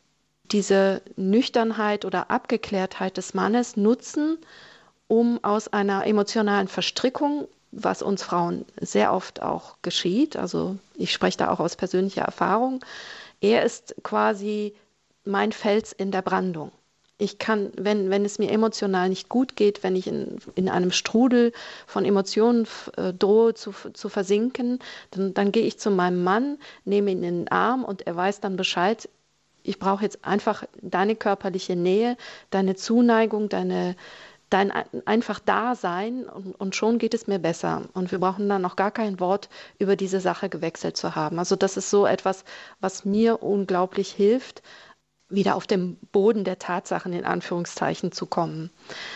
diese Nüchternheit oder Abgeklärtheit des Mannes nutzen, um aus einer emotionalen Verstrickung, was uns Frauen sehr oft auch geschieht, also ich spreche da auch aus persönlicher Erfahrung, er ist quasi mein Fels in der Brandung. Ich kann, wenn, wenn es mir emotional nicht gut geht, wenn ich in, in einem Strudel von Emotionen äh, drohe zu, zu versinken, dann, dann gehe ich zu meinem Mann, nehme ihn in den Arm und er weiß dann Bescheid, ich brauche jetzt einfach deine körperliche Nähe, deine Zuneigung, deine, dein einfach Dasein und, und schon geht es mir besser. Und wir brauchen dann noch gar kein Wort über diese Sache gewechselt zu haben. Also das ist so etwas, was mir unglaublich hilft, wieder auf dem Boden der Tatsachen in Anführungszeichen zu kommen.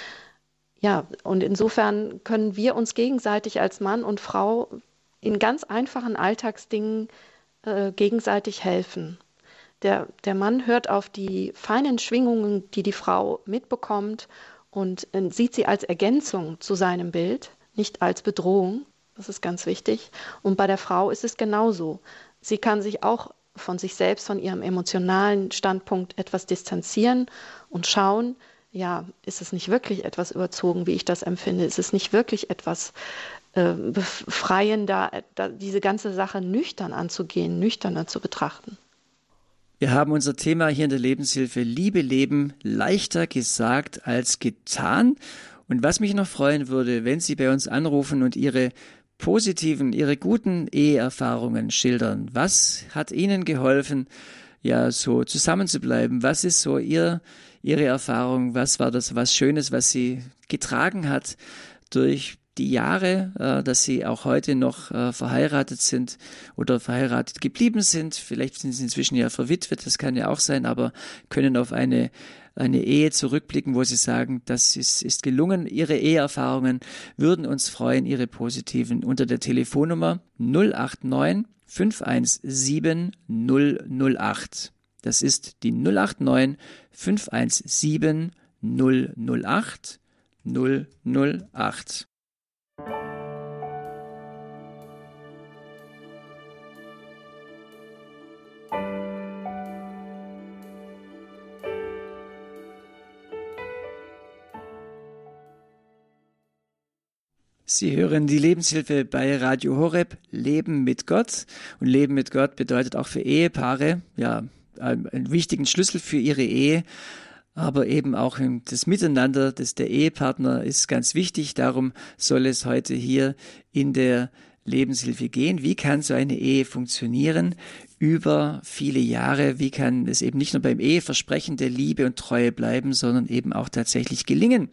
Ja, und insofern können wir uns gegenseitig als Mann und Frau in ganz einfachen Alltagsdingen äh, gegenseitig helfen. Der, der Mann hört auf die feinen Schwingungen, die die Frau mitbekommt und äh, sieht sie als Ergänzung zu seinem Bild, nicht als Bedrohung. Das ist ganz wichtig. Und bei der Frau ist es genauso. Sie kann sich auch von sich selbst, von ihrem emotionalen Standpunkt etwas distanzieren und schauen, ja, ist es nicht wirklich etwas überzogen, wie ich das empfinde? Ist es nicht wirklich etwas äh, befreiender, da, diese ganze Sache nüchtern anzugehen, nüchterner zu betrachten? Wir haben unser Thema hier in der Lebenshilfe Liebe leben leichter gesagt als getan. Und was mich noch freuen würde, wenn Sie bei uns anrufen und Ihre positiven, Ihre guten Eheerfahrungen schildern. Was hat Ihnen geholfen, ja, so zusammenzubleiben? Was ist so Ihr, Ihre Erfahrung? Was war das, was Schönes, was Sie getragen hat durch die Jahre, äh, dass Sie auch heute noch äh, verheiratet sind oder verheiratet geblieben sind. Vielleicht sind Sie inzwischen ja verwitwet, das kann ja auch sein, aber können auf eine eine Ehe zurückblicken, wo Sie sagen, das ist, ist gelungen. Ihre Eheerfahrungen würden uns freuen, Ihre positiven, unter der Telefonnummer null acht neun fünf eins sieben null null acht. Das ist die null acht neun fünf eins sieben null null acht null null acht. Sie hören die Lebenshilfe bei Radio Horeb, Leben mit Gott. Und Leben mit Gott bedeutet auch für Ehepaare, ja, einen wichtigen Schlüssel für ihre Ehe, aber eben auch das Miteinander, das der Ehepartner ist ganz wichtig. Darum soll es heute hier in der Lebenshilfe gehen. Wie kann so eine Ehe funktionieren über viele Jahre? Wie kann es eben nicht nur beim Eheversprechen der Liebe und Treue bleiben, sondern eben auch tatsächlich gelingen?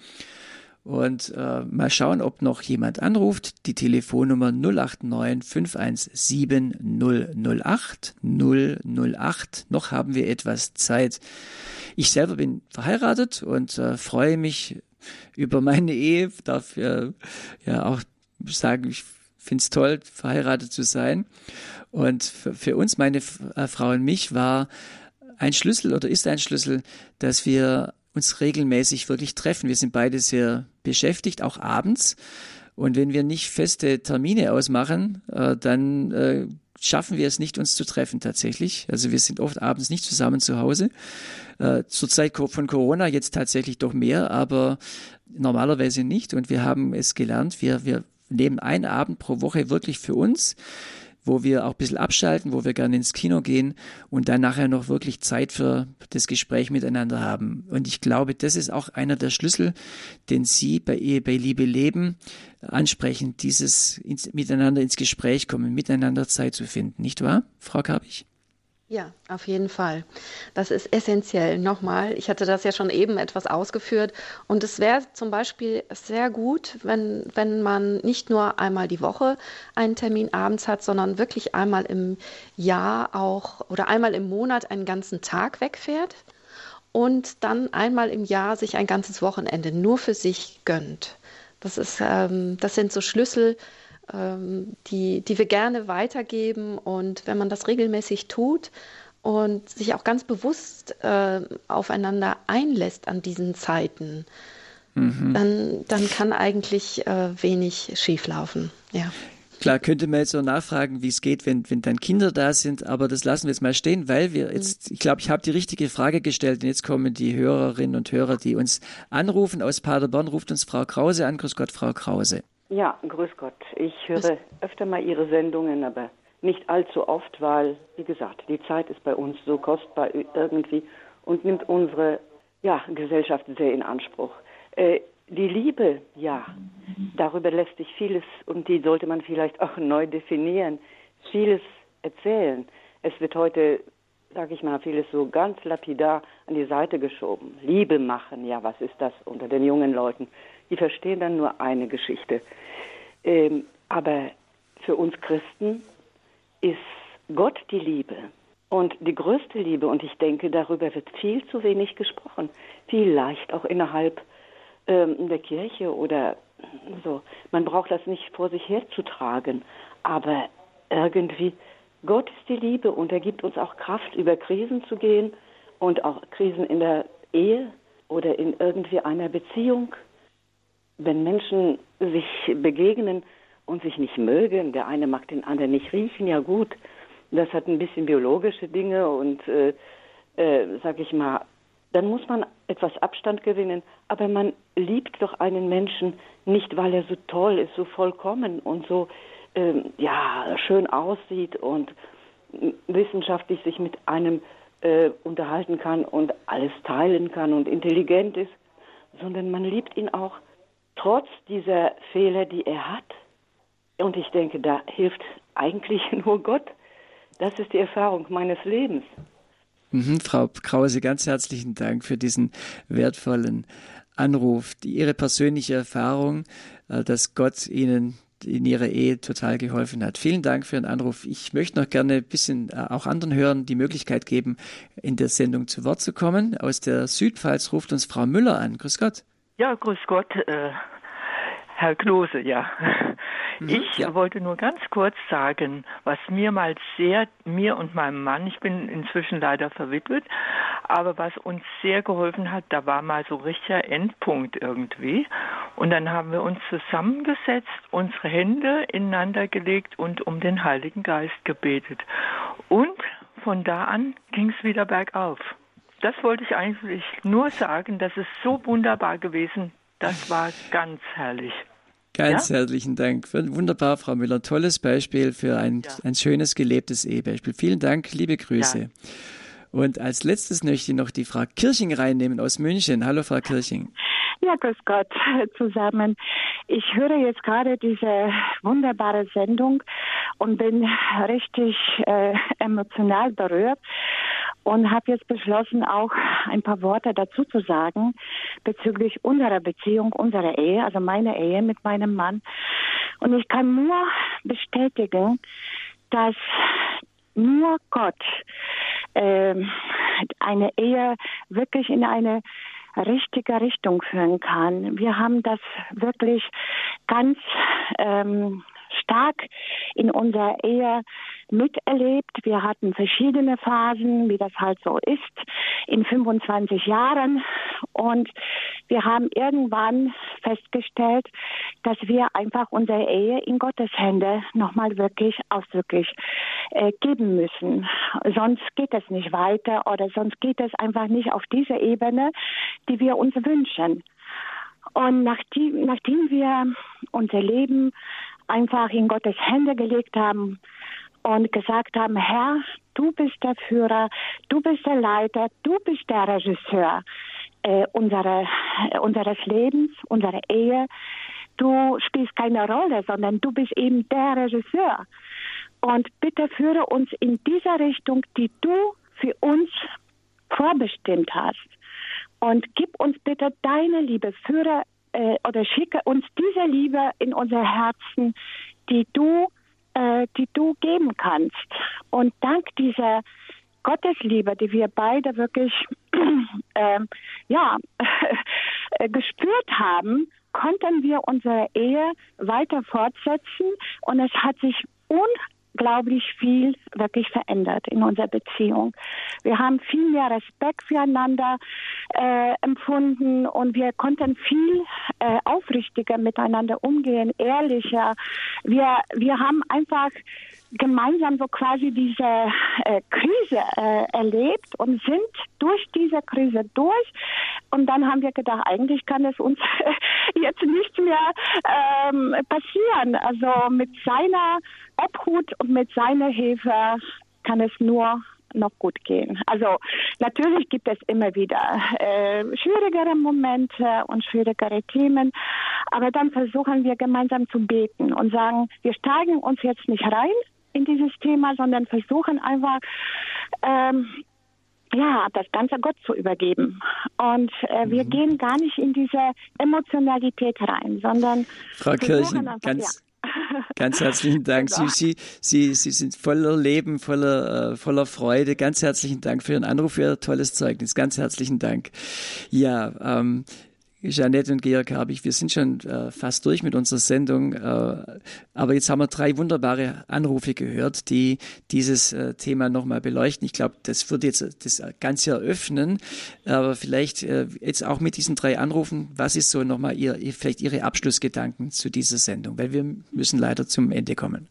Und äh, mal schauen, ob noch jemand anruft. Die Telefonnummer null acht neun fünf eins sieben null null acht null null acht. Noch haben wir etwas Zeit. Ich selber bin verheiratet und äh, freue mich über meine Ehe. Darf äh, ja auch sagen, ich finde es toll, verheiratet zu sein. Und für, für uns, meine äh, Frau und mich, war ein Schlüssel oder ist ein Schlüssel, dass wir uns regelmäßig wirklich treffen. Wir sind beide sehr beschäftigt, auch abends. Und wenn wir nicht feste Termine ausmachen, äh, dann äh, schaffen wir es nicht, uns zu treffen tatsächlich. Also wir sind oft abends nicht zusammen zu Hause. Äh, zur Zeit von Corona jetzt tatsächlich doch mehr, aber normalerweise nicht. Und wir haben es gelernt, wir, wir nehmen einen Abend pro Woche wirklich für uns, wo wir auch ein bisschen abschalten, wo wir gerne ins Kino gehen und dann nachher noch wirklich Zeit für das Gespräch miteinander haben. Und ich glaube, das ist auch einer der Schlüssel, den Sie bei Ehe, bei Liebe leben, ansprechen, dieses ins, miteinander ins Gespräch kommen, miteinander Zeit zu finden. Nicht wahr, Frau Kabich? Ja, auf jeden Fall. Das ist essentiell. Nochmal, ich hatte das ja schon eben etwas ausgeführt. Und es wäre zum Beispiel sehr gut, wenn, wenn man nicht nur einmal die Woche einen Termin abends hat, sondern wirklich einmal im Jahr auch oder einmal im Monat einen ganzen Tag wegfährt und dann einmal im Jahr sich ein ganzes Wochenende nur für sich gönnt. Das ist, ähm, das sind so Schlüssel, Die, die wir gerne weitergeben. Und wenn man das regelmäßig tut und sich auch ganz bewusst äh, aufeinander einlässt an diesen Zeiten, mhm. dann, dann kann eigentlich äh, wenig schieflaufen. Ja. Klar, könnte man jetzt so nachfragen, wie es geht, wenn, wenn dann Kinder da sind, aber das lassen wir jetzt mal stehen, weil wir jetzt, ich glaube, ich habe die richtige Frage gestellt und jetzt kommen die Hörerinnen und Hörer, die uns anrufen. Aus Paderborn ruft uns Frau Krause an. Grüß Gott, Frau Krause. Ja, grüß Gott. Ich höre öfter mal Ihre Sendungen, aber nicht allzu oft, weil, wie gesagt, die Zeit ist bei uns so kostbar irgendwie und nimmt unsere ja, Gesellschaft sehr in Anspruch. Äh, die Liebe, ja, darüber lässt sich vieles, und die sollte man vielleicht auch neu definieren, vieles erzählen. Es wird heute, sage ich mal, vieles so ganz lapidar an die Seite geschoben. Liebe machen, ja, was ist das unter den jungen Leuten? Die verstehen dann nur eine Geschichte. Ähm, aber für uns Christen ist Gott die Liebe und die größte Liebe. Und ich denke, darüber wird viel zu wenig gesprochen. Vielleicht auch innerhalb ähm, der Kirche oder so. Man braucht das nicht vor sich herzutragen. Aber irgendwie, Gott ist die Liebe und er gibt uns auch Kraft, über Krisen zu gehen und auch Krisen in der Ehe oder in irgendwie einer Beziehung. Wenn Menschen sich begegnen und sich nicht mögen, der eine mag den anderen nicht riechen, ja gut, das hat ein bisschen biologische Dinge und, äh, äh, sag ich mal, dann muss man etwas Abstand gewinnen, aber man liebt doch einen Menschen nicht, weil er so toll ist, so vollkommen und so, äh, ja, schön aussieht und wissenschaftlich sich mit einem äh, unterhalten kann und alles teilen kann und intelligent ist, sondern man liebt ihn auch trotz dieser Fehler, die er hat. Und ich denke, da hilft eigentlich nur Gott. Das ist die Erfahrung meines Lebens. Mhm, Frau Krause, ganz herzlichen Dank für diesen wertvollen Anruf, die, Ihre persönliche Erfahrung, äh, dass Gott Ihnen in Ihrer Ehe total geholfen hat. Vielen Dank für Ihren Anruf. Ich möchte noch gerne ein bisschen äh, auch anderen Hörern die Möglichkeit geben, in der Sendung zu Wort zu kommen. Aus der Südpfalz ruft uns Frau Müller an. Grüß Gott. Ja, grüß Gott, äh, Herr Klose, ja. Mhm, ich ja. wollte nur ganz kurz sagen, was mir mal sehr, mir und meinem Mann, ich bin inzwischen leider verwitwet, aber was uns sehr geholfen hat, da war mal so richtiger Endpunkt irgendwie. Und dann haben wir uns zusammengesetzt, unsere Hände ineinander gelegt und um den Heiligen Geist gebetet. Und von da an ging es wieder bergauf. Das wollte ich eigentlich nur sagen, das ist so wunderbar gewesen. Das war ganz herrlich. Ganz ja? herzlichen Dank. Wunderbar, Frau Müller. Tolles Beispiel für ein, ja. ein schönes, gelebtes Ehebeispiel. Vielen Dank, liebe Grüße. Ja. Und als letztes möchte ich noch die Frau Kirching reinnehmen aus München. Hallo, Frau Kirching. Ja, grüß Gott zusammen. Ich höre jetzt gerade diese wunderbare Sendung und bin richtig äh, emotional berührt und habe jetzt beschlossen, auch ein paar Worte dazu zu sagen bezüglich unserer Beziehung, unserer Ehe, also meiner Ehe mit meinem Mann. Und ich kann nur bestätigen, dass nur Gott äh, eine Ehe wirklich in eine richtige Richtung führen kann. Wir haben das wirklich ganz ähm, stark in unserer Ehe miterlebt. Wir hatten verschiedene Phasen, wie das halt so ist, in fünfundzwanzig Jahren. Und wir haben irgendwann festgestellt, dass wir einfach unsere Ehe in Gottes Hände nochmal wirklich ausdrücklich äh, geben müssen. Sonst geht es nicht weiter oder sonst geht es einfach nicht auf diese Ebene, die wir uns wünschen. Und nachdem, nachdem wir unser Leben einfach in Gottes Hände gelegt haben und gesagt haben, Herr, du bist der Führer, du bist der Leiter, du bist der Regisseur äh, unsere, äh, unseres Lebens, unserer Ehe. Du spielst keine Rolle, sondern du bist eben der Regisseur. Und bitte führe uns in dieser Richtung, die du für uns vorbestimmt hast. Und gib uns bitte deine Liebe, führe äh, oder schicke uns diese Liebe in unser Herzen, die du, äh, die du geben kannst. Und dank dieser Gottesliebe, die wir beide wirklich äh, ja, gespürt haben, konnten wir unsere Ehe weiter fortsetzen und es hat sich unglaublich viel wirklich verändert in unserer Beziehung. Wir haben viel mehr Respekt füreinander äh, empfunden und wir konnten viel äh, aufrichtiger miteinander umgehen, ehrlicher. Wir, wir haben einfach gemeinsam so quasi diese äh, Krise äh, erlebt und sind durch diese Krise durch. Und dann haben wir gedacht, eigentlich kann es uns jetzt nicht mehr ähm, passieren. Also mit seiner Obhut und mit seiner Hilfe kann es nur noch gut gehen. Also natürlich gibt es immer wieder äh, schwierigere Momente und schwierigere Themen, aber dann versuchen wir gemeinsam zu beten und sagen, wir steigen uns jetzt nicht rein in dieses Thema, sondern versuchen einfach, ähm, ja, das Ganze Gott zu übergeben. Und äh, wir mhm. gehen gar nicht in diese Emotionalität rein, sondern Frau Kirchen, ganz, ja. ganz herzlichen Dank. Sie, Sie, Sie, Sie sind voller Leben, voller, äh, voller Freude. Ganz herzlichen Dank für Ihren Anruf, für Ihr tolles Zeugnis. Ganz herzlichen Dank. Ja, ähm, Jeanette und Georg Habich, wir sind schon äh, fast durch mit unserer Sendung, äh, aber jetzt haben wir drei wunderbare Anrufe gehört, die dieses äh, Thema nochmal beleuchten. Ich glaube, das wird jetzt das Ganze eröffnen, aber vielleicht äh, jetzt auch mit diesen drei Anrufen, was ist so nochmal ihr, ihr, vielleicht Ihre Abschlussgedanken zu dieser Sendung, weil wir müssen leider zum Ende kommen.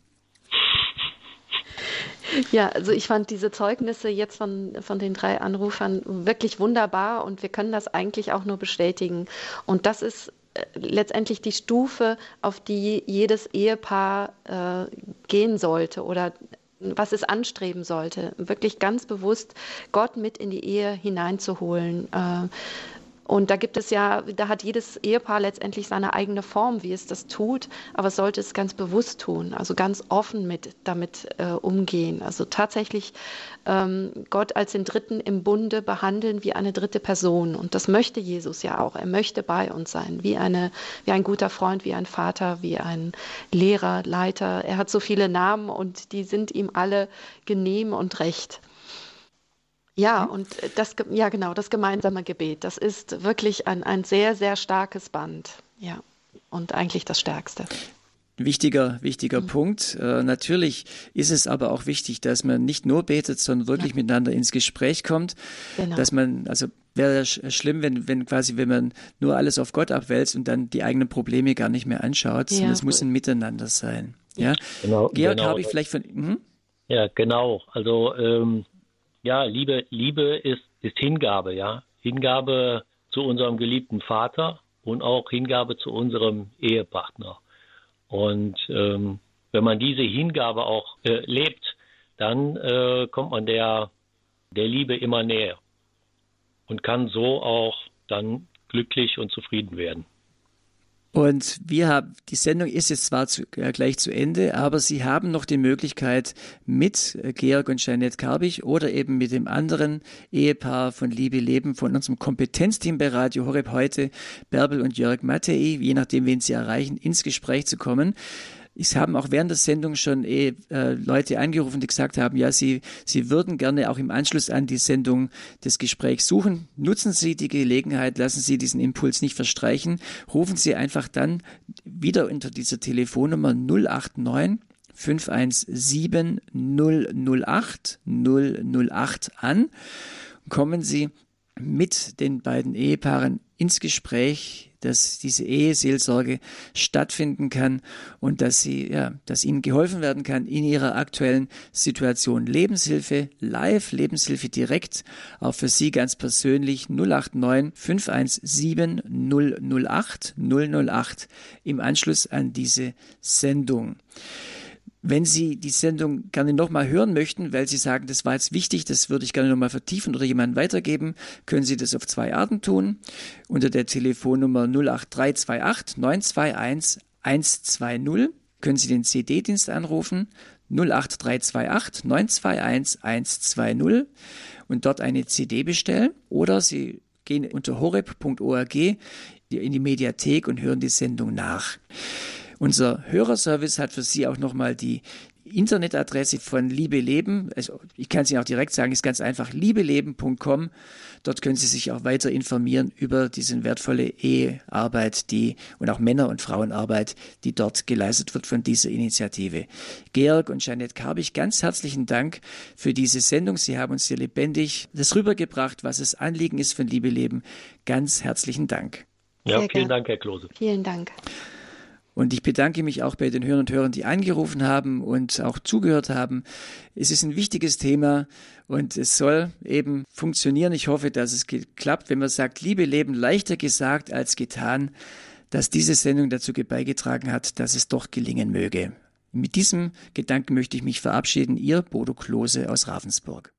Ja, also ich fand diese Zeugnisse jetzt von, von den drei Anrufern wirklich wunderbar und wir können das eigentlich auch nur bestätigen. Und das ist äh, letztendlich die Stufe, auf die jedes Ehepaar äh, gehen sollte oder was es anstreben sollte, wirklich ganz bewusst Gott mit in die Ehe hineinzuholen. Äh, Und da gibt es ja, da hat jedes Ehepaar letztendlich seine eigene Form, wie es das tut, aber es sollte es ganz bewusst tun, also ganz offen mit damit äh, umgehen. Also tatsächlich ähm, Gott als den Dritten im Bunde behandeln wie eine dritte Person. Und das möchte Jesus ja auch. Er möchte bei uns sein, wie eine, wie ein guter Freund, wie ein Vater, wie ein Lehrer, Leiter. Er hat so viele Namen und die sind ihm alle genehm und recht. Ja, und das, ja genau, das gemeinsame Gebet, das ist wirklich ein, ein sehr, sehr starkes Band. Ja, und eigentlich das Stärkste. Wichtiger, wichtiger mhm. Punkt. Äh, natürlich ist es aber auch wichtig, dass man nicht nur betet, sondern wirklich ja. miteinander ins Gespräch kommt. Genau. Dass man, also wäre sch- schlimm, wenn, wenn quasi, wenn man nur alles auf Gott abwälzt und dann die eigenen Probleme gar nicht mehr anschaut, ja, sondern es muss ein Miteinander sein. Ja, genau, Georg, genau. habe ich vielleicht von... Mh? Ja, genau. Also ähm, ja, Liebe, Liebe ist, ist Hingabe, ja. Hingabe zu unserem geliebten Vater und auch Hingabe zu unserem Ehepartner. Und ähm, wenn man diese Hingabe auch äh, lebt, dann äh, kommt man der, der Liebe immer näher und kann so auch dann glücklich und zufrieden werden. Und wir haben, die Sendung ist jetzt zwar zu, äh, gleich zu Ende, aber Sie haben noch die Möglichkeit, mit äh, Georg und Jeanette Karbich oder eben mit dem anderen Ehepaar von Liebe Leben, von unserem Kompetenzteam bei Radio Horeb heute, Bärbel und Jörg Mattei, je nachdem, wen Sie erreichen, ins Gespräch zu kommen. Es haben auch während der Sendung schon eh, äh, Leute angerufen, die gesagt haben, ja, sie, sie würden gerne auch im Anschluss an die Sendung das Gespräch suchen. Nutzen Sie die Gelegenheit, lassen Sie diesen Impuls nicht verstreichen. Rufen Sie einfach dann wieder unter dieser Telefonnummer null acht neun fünf eins sieben null null acht null null acht an. Kommen Sie mit den beiden Ehepaaren ins Gespräch, dass diese Eheseelsorge stattfinden kann und dass sie, ja, dass ihnen geholfen werden kann in ihrer aktuellen Situation. Lebenshilfe live, Lebenshilfe direkt, auch für Sie ganz persönlich null acht neun fünf eins sieben null null acht null null acht im Anschluss an diese Sendung. Wenn Sie die Sendung gerne nochmal hören möchten, weil Sie sagen, das war jetzt wichtig, das würde ich gerne nochmal vertiefen oder jemandem weitergeben, können Sie das auf zwei Arten tun. Unter der Telefonnummer null acht drei zwei acht neun zwei eins eins zwei null können Sie den C D-Dienst anrufen, null acht drei zwei acht neun zwei eins eins zwei null und dort eine C D bestellen. Oder Sie gehen unter horeb punkt org in die Mediathek und hören die Sendung nach. Unser Hörerservice hat für Sie auch nochmal die Internetadresse von Liebe Leben. Also ich kann es Ihnen auch direkt sagen, ist ganz einfach, liebeleben punkt com. Dort können Sie sich auch weiter informieren über diese wertvolle Ehearbeit, die und auch Männer- und Frauenarbeit, die dort geleistet wird von dieser Initiative. Georg und Jeanette Karbich, ganz herzlichen Dank für diese Sendung. Sie haben uns hier lebendig das rübergebracht, was das Anliegen ist von Liebe Leben. Ganz herzlichen Dank. Ja, vielen Dank, Herr Klose. Vielen Dank. Und ich bedanke mich auch bei den Hörern und Hörern, die angerufen haben und auch zugehört haben. Es ist ein wichtiges Thema und es soll eben funktionieren. Ich hoffe, dass es klappt, wenn man sagt, Liebe Leben, leichter gesagt als getan, dass diese Sendung dazu beigetragen hat, dass es doch gelingen möge. Mit diesem Gedanken möchte ich mich verabschieden. Ihr Bodo Klose aus Ravensburg.